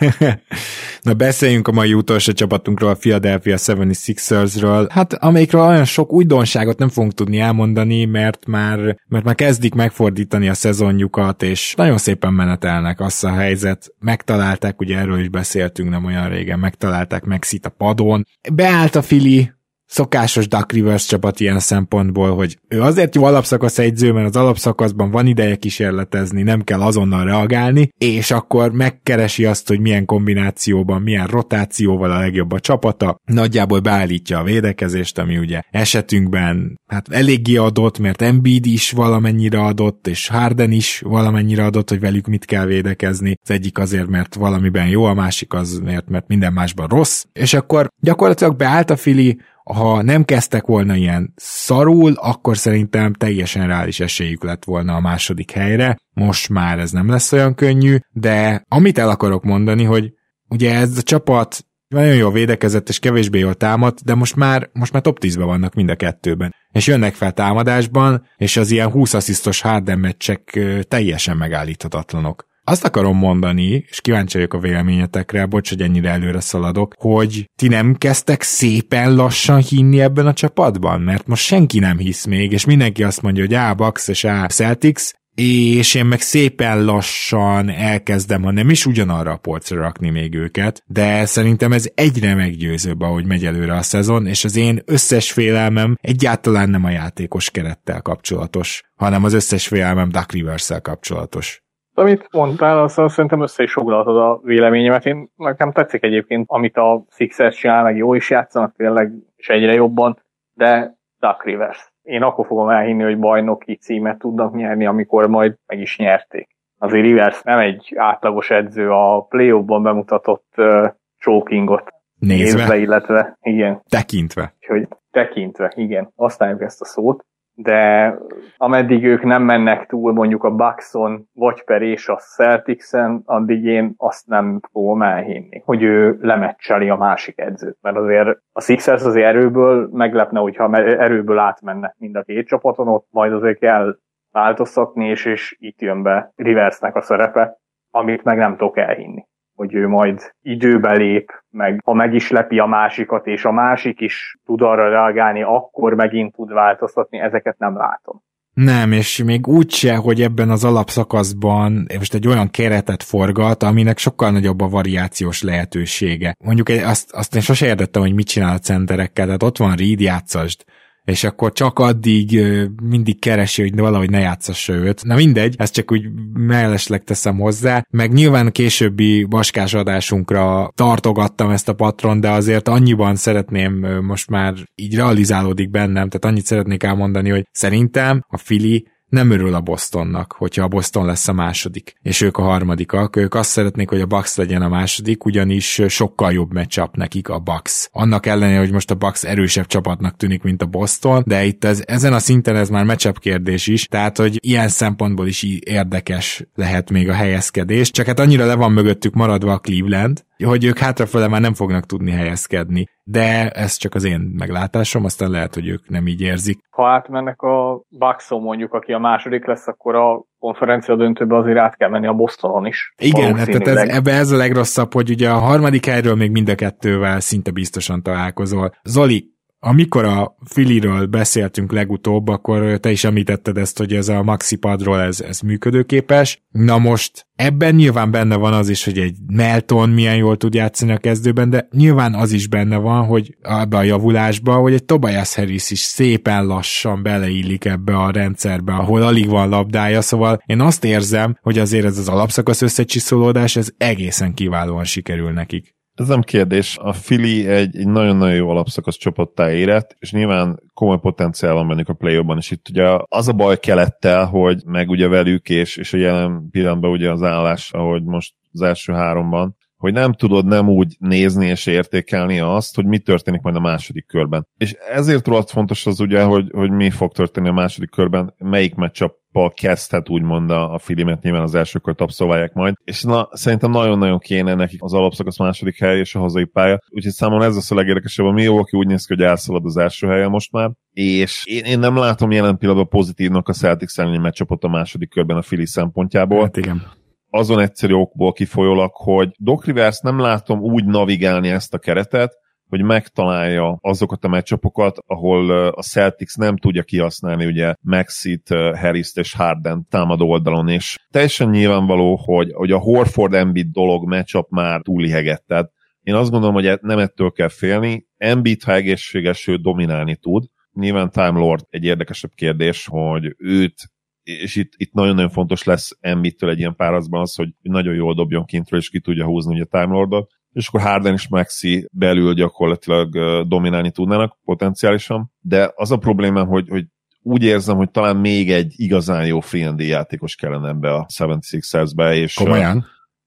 Na beszéljünk a mai utolsó csapatunkról, a Philadelphia 76ersről. Hát amelyikről olyan sok újdonságot nem fogunk tudni elmondani, mert már kezdik megfordítani a szezonjukat, és nagyon szépen menetelnek, az a helyzet. Megtalálták, ugye erről is beszéltünk nem olyan régen, megtalálták Maxit a padon. Beállt a Philly, szokásos Duck Rivers csapat ilyen szempontból, hogy ő azért jó alapszakasz edző, mert az alapszakaszban van ideje kísérletezni, nem kell azonnal reagálni, és akkor megkeresi azt, hogy milyen kombinációban, milyen rotációval a legjobb a csapata, nagyjából beállítja a védekezést, ami ugye esetünkben hát eléggé adott, mert Embiid is valamennyire adott, és Harden is valamennyire adott, hogy velük mit kell védekezni. Az egyik azért, mert valamiben jó, a másik azért, mert minden másban rossz, és akkor gyakorlatilag beállt a Philly. Ha nem kezdtek volna ilyen szarul, akkor szerintem teljesen reális esélyük lett volna a második helyre. Most már ez nem lesz olyan könnyű, de amit el akarok mondani, hogy ugye ez a csapat nagyon jól védekezett és kevésbé jól támadt, de most már top 10-ben vannak mind a kettőben. És jönnek fel támadásban, és az ilyen 20 asszisztos Harden meccsek teljesen megállíthatatlanok. Azt akarom mondani, és kíváncsi vagyok a véleményetekre, bocs, hogy ennyire előre szaladok, hogy ti nem kezdtek szépen lassan hinni ebben a csapatban? Mert most senki nem hisz még, és mindenki azt mondja, hogy Bucks és Celtics, és én meg szépen lassan elkezdem, ha nem is ugyanarra a polcra rakni még őket, de szerintem ez egyre meggyőzőbb, ahogy megy előre a szezon, és az én összes félelmem egyáltalán nem a játékos kerettel kapcsolatos, hanem az összes félelmem Duck Rivers-szel kapcsolatos. Amit mondtál, azt szerintem össze is foglaltad a véleményemet. Nekem tetszik egyébként, amit a Sixers csinál, meg jó is játszanak tényleg, és egyre jobban, de Duck Rivers. Én akkor fogom elhinni, hogy bajnoki címet tudnak nyerni, amikor majd meg is nyerték. Azért Rivers nem egy átlagos edző, a play-offban bemutatott chokingot nézve, illetve igen. Tekintve. Úgyhogy tekintve, igen. Használjuk ezt a szót. De ameddig ők nem mennek túl mondjuk a Buckson, vagy per és a Celticsen, addig én azt nem fogom elhinni, hogy ő lemecceli a másik edzőt. Mert azért a Sixers azért erőből meglepne, hogyha erőből átmennek mind a két csapaton, ott majd azért kell változtatni, és itt jön be Riversnek a szerepe, amit meg nem tudok elhinni, hogy ő majd időbe lép, meg ha meg is lepi a másikat, és a másik is tud arra reagálni, akkor megint tud változtatni, ezeket nem látom. Nem, és még úgyse, hogy ebben az alapszakaszban most egy olyan keretet forgat, aminek sokkal nagyobb a variációs lehetősége. Mondjuk azt én sose értettem, hogy mit csinál a centerekkel, tehát ott van Reed, játszasd, és akkor csak addig mindig keresi, hogy valahogy ne játszassa őt. Na mindegy, ezt csak úgy mellesleg teszem hozzá, meg nyilván későbbi vaskás adásunkra tartogattam ezt a patron, de azért annyiban szeretném, most már így realizálódik bennem, tehát annyit szeretnék elmondani, hogy szerintem a Philly nem örül a Bostonnak, hogyha a Boston lesz a második, és ők a harmadikak. Ők azt szeretnék, hogy a Bucks legyen a második, ugyanis sokkal jobb matchup nekik a Bucks. Annak ellenére, hogy most a Bucks erősebb csapatnak tűnik, mint a Boston, de itt ezen a szinten ez már matchup kérdés is, tehát, hogy ilyen szempontból is érdekes lehet még a helyezkedés, csak hát annyira le van mögöttük maradva a Cleveland, hogy ők hátrafele már nem fognak tudni helyezkedni. De ez csak az én meglátásom, aztán lehet, hogy ők nem így érzik. Ha átmennek a Buckson mondjuk, aki a második lesz, akkor a konferencia döntőbe azért át kell menni a Bostonon is. Igen, tehát ebbe ez a legrosszabb, hogy ugye a harmadik helyről még mind a kettővel szinte biztosan találkozol. Zoli, amikor a Phillyről beszéltünk legutóbb, akkor te is említetted ezt, hogy ez a maxi padról ez működőképes. Na most ebben nyilván benne van az is, hogy egy Melton milyen jól tud játszani a kezdőben, de nyilván az is benne van, hogy ebbe a javulásba, hogy egy Tobias Harris is szépen lassan beleillik ebbe a rendszerbe, ahol alig van labdája, szóval én azt érzem, hogy azért ez az alapszakasz összecsiszolódás, ez egészen kiválóan sikerül nekik. Ez nem kérdés. A Philly egy nagyon-nagyon jó alapszakasz csapattá érett, és nyilván komoly potenciál van bennük a play-offban, és itt ugye az a baj Kelettel, hogy meg ugye velük, és a jelen pillanatban ugye az állás, ahogy most az első háromban, hogy nem tudod nem úgy nézni és értékelni azt, hogy mi történik majd a második körben. És ezért rohadt fontos az ugye, hogy mi fog történni a második körben, melyik matchuppal kezdhet úgymond a Philly, mert nyilván az első kört abszolválják majd. És szerintem nagyon-nagyon kéne nekik az alapszakasz második hely és a hazai pálya. Úgyhogy számomra ez lesz a legérdekesebb, a Milwaukee úgy néz ki, hogy elszalad az első helyen most már. És én nem látom jelen pillanatban pozitívnak a Celtics elleni matchupot a második körben a Philly szempontjából. Hát igen. azon egyszerű okból kifolyólag, hogy Doc Rivers nem látom úgy navigálni ezt a keretet, hogy megtalálja azokat a matchupokat, ahol a Celtics nem tudja kihasználni ugye Maxit, Harrist és Harden támadó oldalon, és teljesen nyilvánvaló, hogy a Horford-Embiid dolog matchup már túlihegett. Tehát én azt gondolom, hogy nem ettől kell félni. Embiid, ha egészséges, ő dominálni tud. Nyilván Time Lord egy érdekesebb kérdés, hogy őt, és itt nagyon-nagyon fontos lesz Embiidtől egy ilyen párazban az, hogy nagyon jól dobjon kintről, és ki tudja húzni ugye Time Lordot, és akkor Harden és Maxi belül gyakorlatilag dominálni tudnának potenciálisan, de az a problémám, hogy úgy érzem, hogy talán még egy igazán jó free and játékos kellene ebbe a 76ers-be, és komolyan?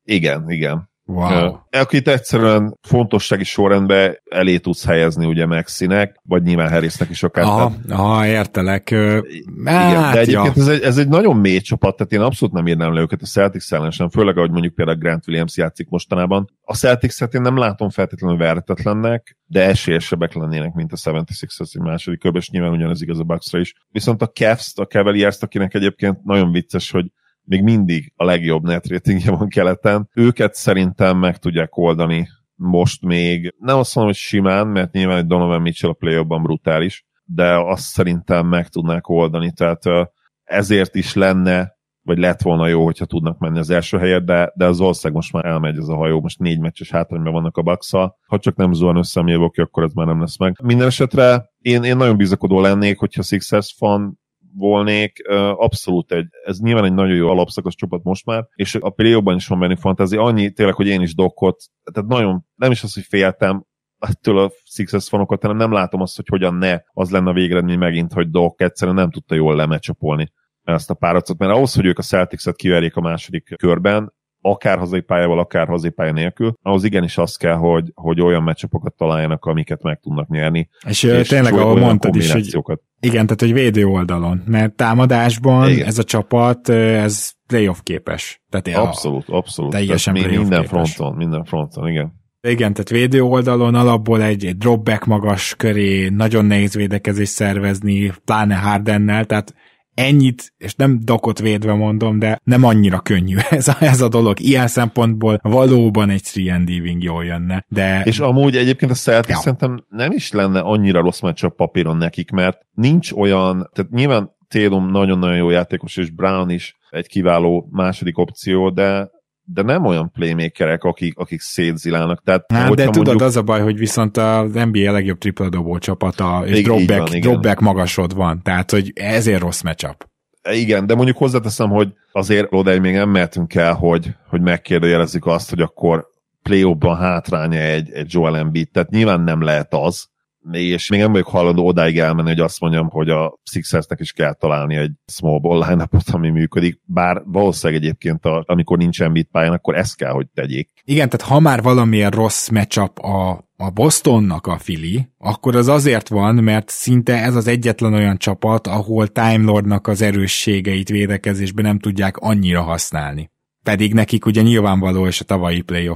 Igen. Wow. Akit egyszerűen fontossági sorrendbe elé tudsz helyezni ugye Maxinek, vagy nyilván Harrisnek is akár. Aha, értelek. Igen, de egyébként ez egy nagyon mély csapat, tehát én abszolút nem írnám le őket a Celtics ellen sem, főleg ahogy mondjuk például Grant Williams játszik mostanában. A Celtics-et én nem látom feltétlenül verhetetlennek, de esélyesebbek lennének, mint a 76ers egy második körben, és nyilván ugyanez igaz a Bucksra is. Viszont a Cavs, a Cavaliers-t, akinek egyébként nagyon vicces, hogy még mindig a legjobb net ratingje van keleten. Őket szerintem meg tudják oldani most még. Nem azt mondom, hogy simán, mert nyilván egy Donovan Mitchell a play-offban brutális, de azt szerintem meg tudnák oldani. Tehát ezért is lenne, vagy lett volna jó, hogyha tudnak menni az első helyet, de az ország most már elmegy ez a hajó. Most 4 meccses hátrányban vannak a Bucks-szal. Ha csak nem zuhan össze a Milwaukee, akkor ez már nem lesz meg. Minden esetre én nagyon bizakodó lennék, hogyha Sixers fan volnék, abszolút ez nyilván egy nagyon jó alapszakasz csapat most már, és a play-offban is van benne fantázi, annyi tényleg, hogy én is Docot, tehát nagyon, nem is az, hogy féltem ettől a Sixers fanokat, hanem nem látom azt, hogy hogyan ne az lenne a végeredmény megint, hogy Doc egyszerűen nem tudta jól lemecsapolni ezt a párharcot, mert ahhoz, hogy ők a Celtics-et kiverjék a második körben, akár hazai pályával, akár hazai pálya nélkül, ahhoz igenis az kell, hogy olyan meccsapokat találjanak, amiket meg tudnak nyerni. És tényleg, ahol mondtad is, hogy igen, tehát hogy védő oldalon, mert támadásban igen. Ez a csapat, ez playoff képes. Tehát abszolút. Teljesen playoff képes. Minden fronton, igen. Igen, tehát védő oldalon alapból egy dropback magas köré nagyon nehéz védekezést szervezni, pláne Hardennel, tehát ennyit, és nem Docot védve mondom, de nem annyira könnyű ez a dolog. Ilyen szempontból valóban egy 3&D wing jól jönne. De... És amúgy egyébként a Celtics szerintem nem is lenne annyira rossz matchup papíron nekik, mert nincs olyan, tehát nyilván Tatum nagyon-nagyon jó játékos, és Brown is egy kiváló második opció, de nem olyan playmakerek, akik szétzilálnak. Tehát, de tudod, mondjuk... az a baj, hogy viszont az NBA legjobb tripla-dobó csapata, és dropback magasod van, tehát, hogy ezért rossz matchup. Igen, de mondjuk hozzáteszem, hogy azért odáig még nem mehetünk el, hogy megkérdőjelezzük azt, hogy akkor play-offban hátránya egy Joel Embiid, tehát nyilván nem lehet az, és még nem vagyok hajlandó odáig elmenni, hogy azt mondjam, hogy a Sixersnek is kell találni egy small ball line-upot, ami működik, bár valószínűleg egyébként, amikor nincs Embiid pályán, akkor ezt kell, hogy tegyék. Igen, tehát ha már valamilyen rossz matchup a Bostonnak a Philly, akkor az azért van, mert szinte ez az egyetlen olyan csapat, ahol Time Lordnak az erősségeit védekezésben nem tudják annyira használni. Pedig nekik ugye nyilvánvaló, és a tavalyi playoff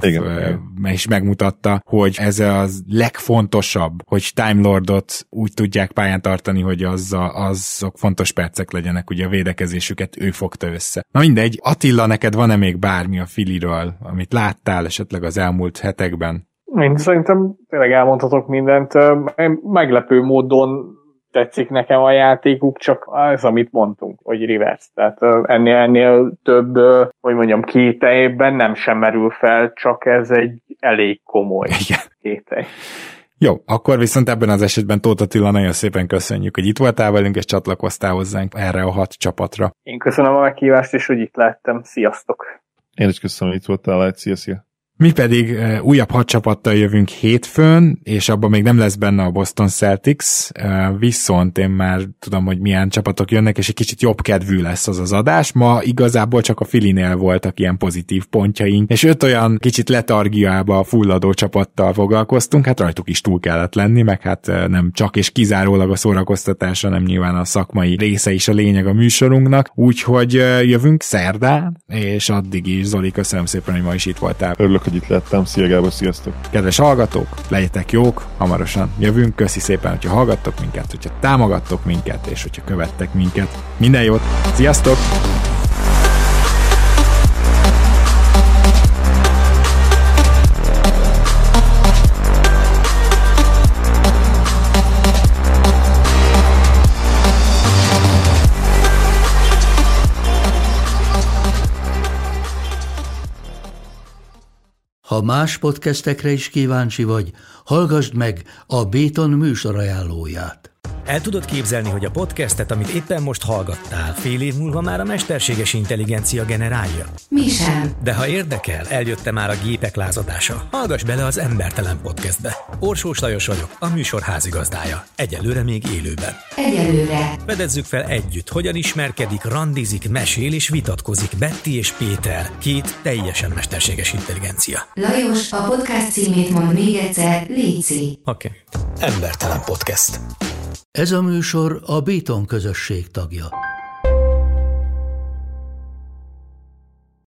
is megmutatta, hogy ez az legfontosabb, hogy Time Lordot úgy tudják pályán tartani, hogy azok fontos percek legyenek, ugye a védekezésüket ő fogta össze. Na mindegy, Attila, neked van-e még bármi a Phillyről, amit láttál esetleg az elmúlt hetekben? Én szerintem tényleg elmondhatok mindent. Meglepő módon tetszik nekem a játékuk, csak ez, amit mondtunk, hogy Rivers. Tehát ennél több, hogy mondjam, kételyben nem sem merül fel, csak ez egy elég komoly kételj. Jó, akkor viszont ebben az esetben Tóth Attila, nagyon szépen köszönjük, hogy itt voltál velünk, és csatlakoztál hozzánk erre a 6 csapatra. Én köszönöm a meghívást, és hogy itt lettem. Sziasztok! Én is köszönöm, hogy itt voltál, szia! Mi pedig újabb 6 csapattal jövünk hétfőn, és abban még nem lesz benne a Boston Celtics, viszont én már tudom, hogy milyen csapatok jönnek, és egy kicsit jobb kedvű lesz az adás. Ma igazából csak a Phillynél voltak ilyen pozitív pontjaink, és 5 olyan kicsit letargiába fulladó csapattal foglalkoztunk, hát rajtuk is túl kellett lenni, meg hát nem csak és kizárólag a szórakoztatás, hanem nyilván a szakmai része is a lényeg a műsorunknak, úgyhogy jövünk szerdán, és addig is, Zoli, köszönöm szépen, hogy ma is itt voltál. Örülök, hogy itt lettem. Szia Gábor, sziasztok! Kedves hallgatók, legyetek jók, hamarosan jövünk. Köszi szépen, hogyha hallgattok minket, hogyha támogattok minket, és hogyha követtek minket. Minden jót, sziasztok! Ha más podcastekre is kíváncsi vagy, hallgassd meg a Béton műsor ajánlóját. El tudod képzelni, hogy a podcastet, amit éppen most hallgattál, fél év múlva már a mesterséges intelligencia generálja? Mi sem. De ha érdekel, eljött már a gépek lázadása. Hallgass bele az Embertelen Podcastbe. Orsós Lajos vagyok, a műsor házigazdája. Egyelőre még élőben. Egyelőre. Fedezzük fel együtt, hogyan ismerkedik, randizik, mesél és vitatkozik Betty és Péter, két teljesen mesterséges intelligencia. Lajos, a podcast címét mond még egyszer, léci. Oké. Embertelen Podcast. Ez a műsor a Béton közösség tagja.